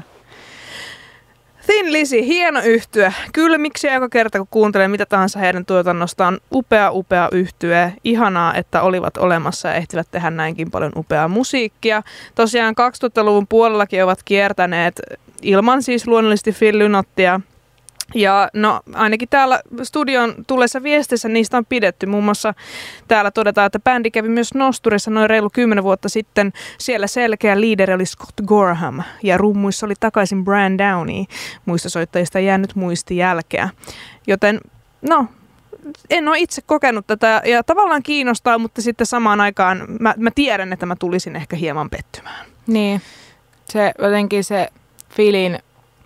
Thin Lizzy, hieno yhtye. Kyllä, miksi joka kerta, kun kuuntelee mitä tahansa heidän tuotannostaan, upea, upea yhtye. Ihanaa, että olivat olemassa ja ehtivät tehdä näinkin paljon upeaa musiikkia. Tosiaan kaksituhattaluvun puolellakin ovat kiertäneet ilman siis luonnollisesti Phil Lynottia. Ja no ainakin täällä studion tulleessa viestissä niistä on pidetty. Muun muassa täällä todetaan, että bändi kävi myös Nosturissa noin reilu kymmenen vuotta sitten. Siellä selkeä liideri oli Scott Gorham ja rummuissa oli takaisin Brian Downey. Muista soittajista ei jäänyt muistijälkeä. Joten no, en ole itse kokenut tätä ja tavallaan kiinnostaa, mutta sitten samaan aikaan mä, mä tiedän, että mä tulisin ehkä hieman pettymään. Niin, se jotenkin se Philin...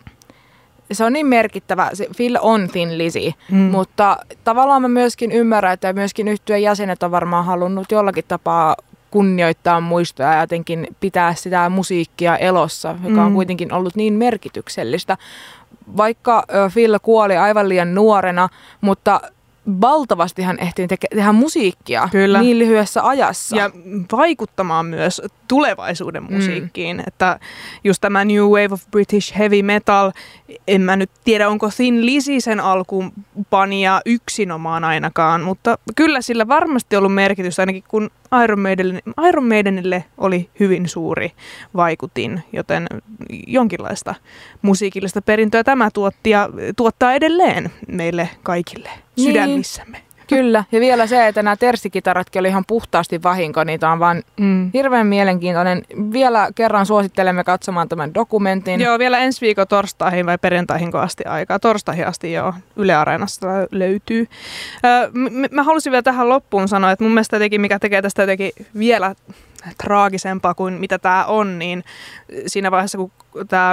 Se on niin merkittävä, se Phil on Thin Lizzy, mm. mutta tavallaan mä myöskin ymmärrän, että myöskin yhtyeen jäsenet on varmaan halunnut jollakin tapaa kunnioittaa muistoja ja jotenkin pitää sitä musiikkia elossa, joka on mm. kuitenkin ollut niin merkityksellistä. Vaikka Phil kuoli aivan liian nuorena, mutta valtavasti hän ehtii te- tehdä musiikkia Kyllä. niin lyhyessä ajassa. Ja vaikuttamaan myös tulevaisuuden musiikkiin. Mm. Että just tämä New Wave of British Heavy Metal, en mä nyt tiedä, onko Thin Lizzy sen alkuun panija yksinomaan ainakaan, mutta kyllä sillä varmasti ollut merkitystä, ainakin kun Iron Maidenille, Iron Maidenille oli hyvin suuri vaikutin, joten jonkinlaista musiikillista perintöä tämä tuotti ja tuottaa edelleen meille kaikille sydämissämme. Niin. Kyllä, ja vielä se, että nämä terssikitaratkin oli ihan puhtaasti vahinko, niitä on vaan mm. hirveän mielenkiintoinen. Vielä kerran suosittelemme katsomaan tämän dokumentin. Joo, vielä ensi viikon torstaihin vai perjantaihin asti aikaa. Torstaihin asti jo Yle Areenasta löytyy. Öö, m- mä halusin vielä tähän loppuun sanoa, että mun mielestä jotenkin, mikä tekee tästä jotenkin vielä traagisempaa kuin mitä tämä on, niin siinä vaiheessa, kun tämä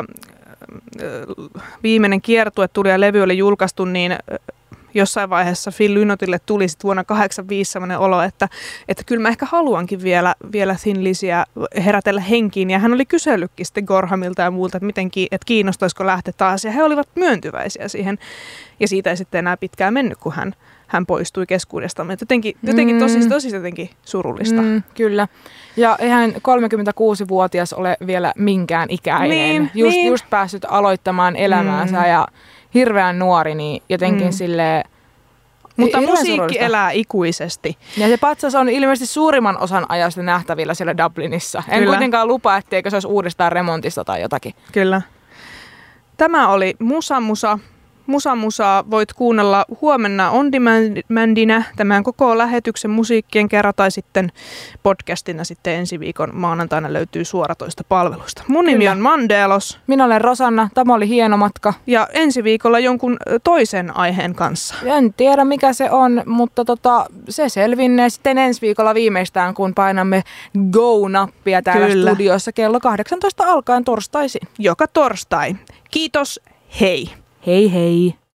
viimeinen kiertue tuli ja levy oli julkaistu, niin jossain vaiheessa Phil Lynotille tuli sit vuonna kahdeksankymmentäviisi sellainen olo, että, että kyllä mä ehkä haluankin vielä, vielä Thin Lizzyä herätellä henkiin. Ja hän oli kysellytkin sitten Gorhamilta ja muulta, että, miten, että kiinnostaisiko lähteä taas. Ja he olivat myöntyväisiä siihen. Ja siitä ei sitten enää pitkään mennyt, kun hän, hän poistui keskuudestamme. Jotenkin, jotenkin tosi, tosi jotenkin surullista. Mm, kyllä. Ja eihän kolmekymmentäkuusivuotias ole vielä minkään ikäinen. Niin, just, niin. just päässyt aloittamaan elämäänsä mm. ja hirveän nuori, niin jotenkin mm. silleen... Mutta musiikki surullista. Elää ikuisesti. Ja se patsas on ilmeisesti suurimman osan ajasta nähtävillä siellä Dublinissa. En Kyllä. kuitenkaan lupaa, etteikö se olisi uudestaan remontista tai jotakin. Kyllä. Tämä oli Musa Musa. Musa-musaa voit kuunnella huomenna on demandina tämän koko lähetyksen musiikkien kerran tai sitten podcastina sitten ensi viikon maanantaina löytyy suoratoista palvelusta. Mun Kyllä. nimi on Mandelos. Minä olen Rosanna. Tämä oli hieno matka. Ja ensi viikolla jonkun toisen aiheen kanssa. En tiedä mikä se on, mutta tota, se selvinnee sitten ensi viikolla viimeistään, kun painamme go-nappia täällä Kyllä. studiossa kello kahdeksantoista alkaen torstaisin. Joka torstai. Kiitos, hei! Hei hei!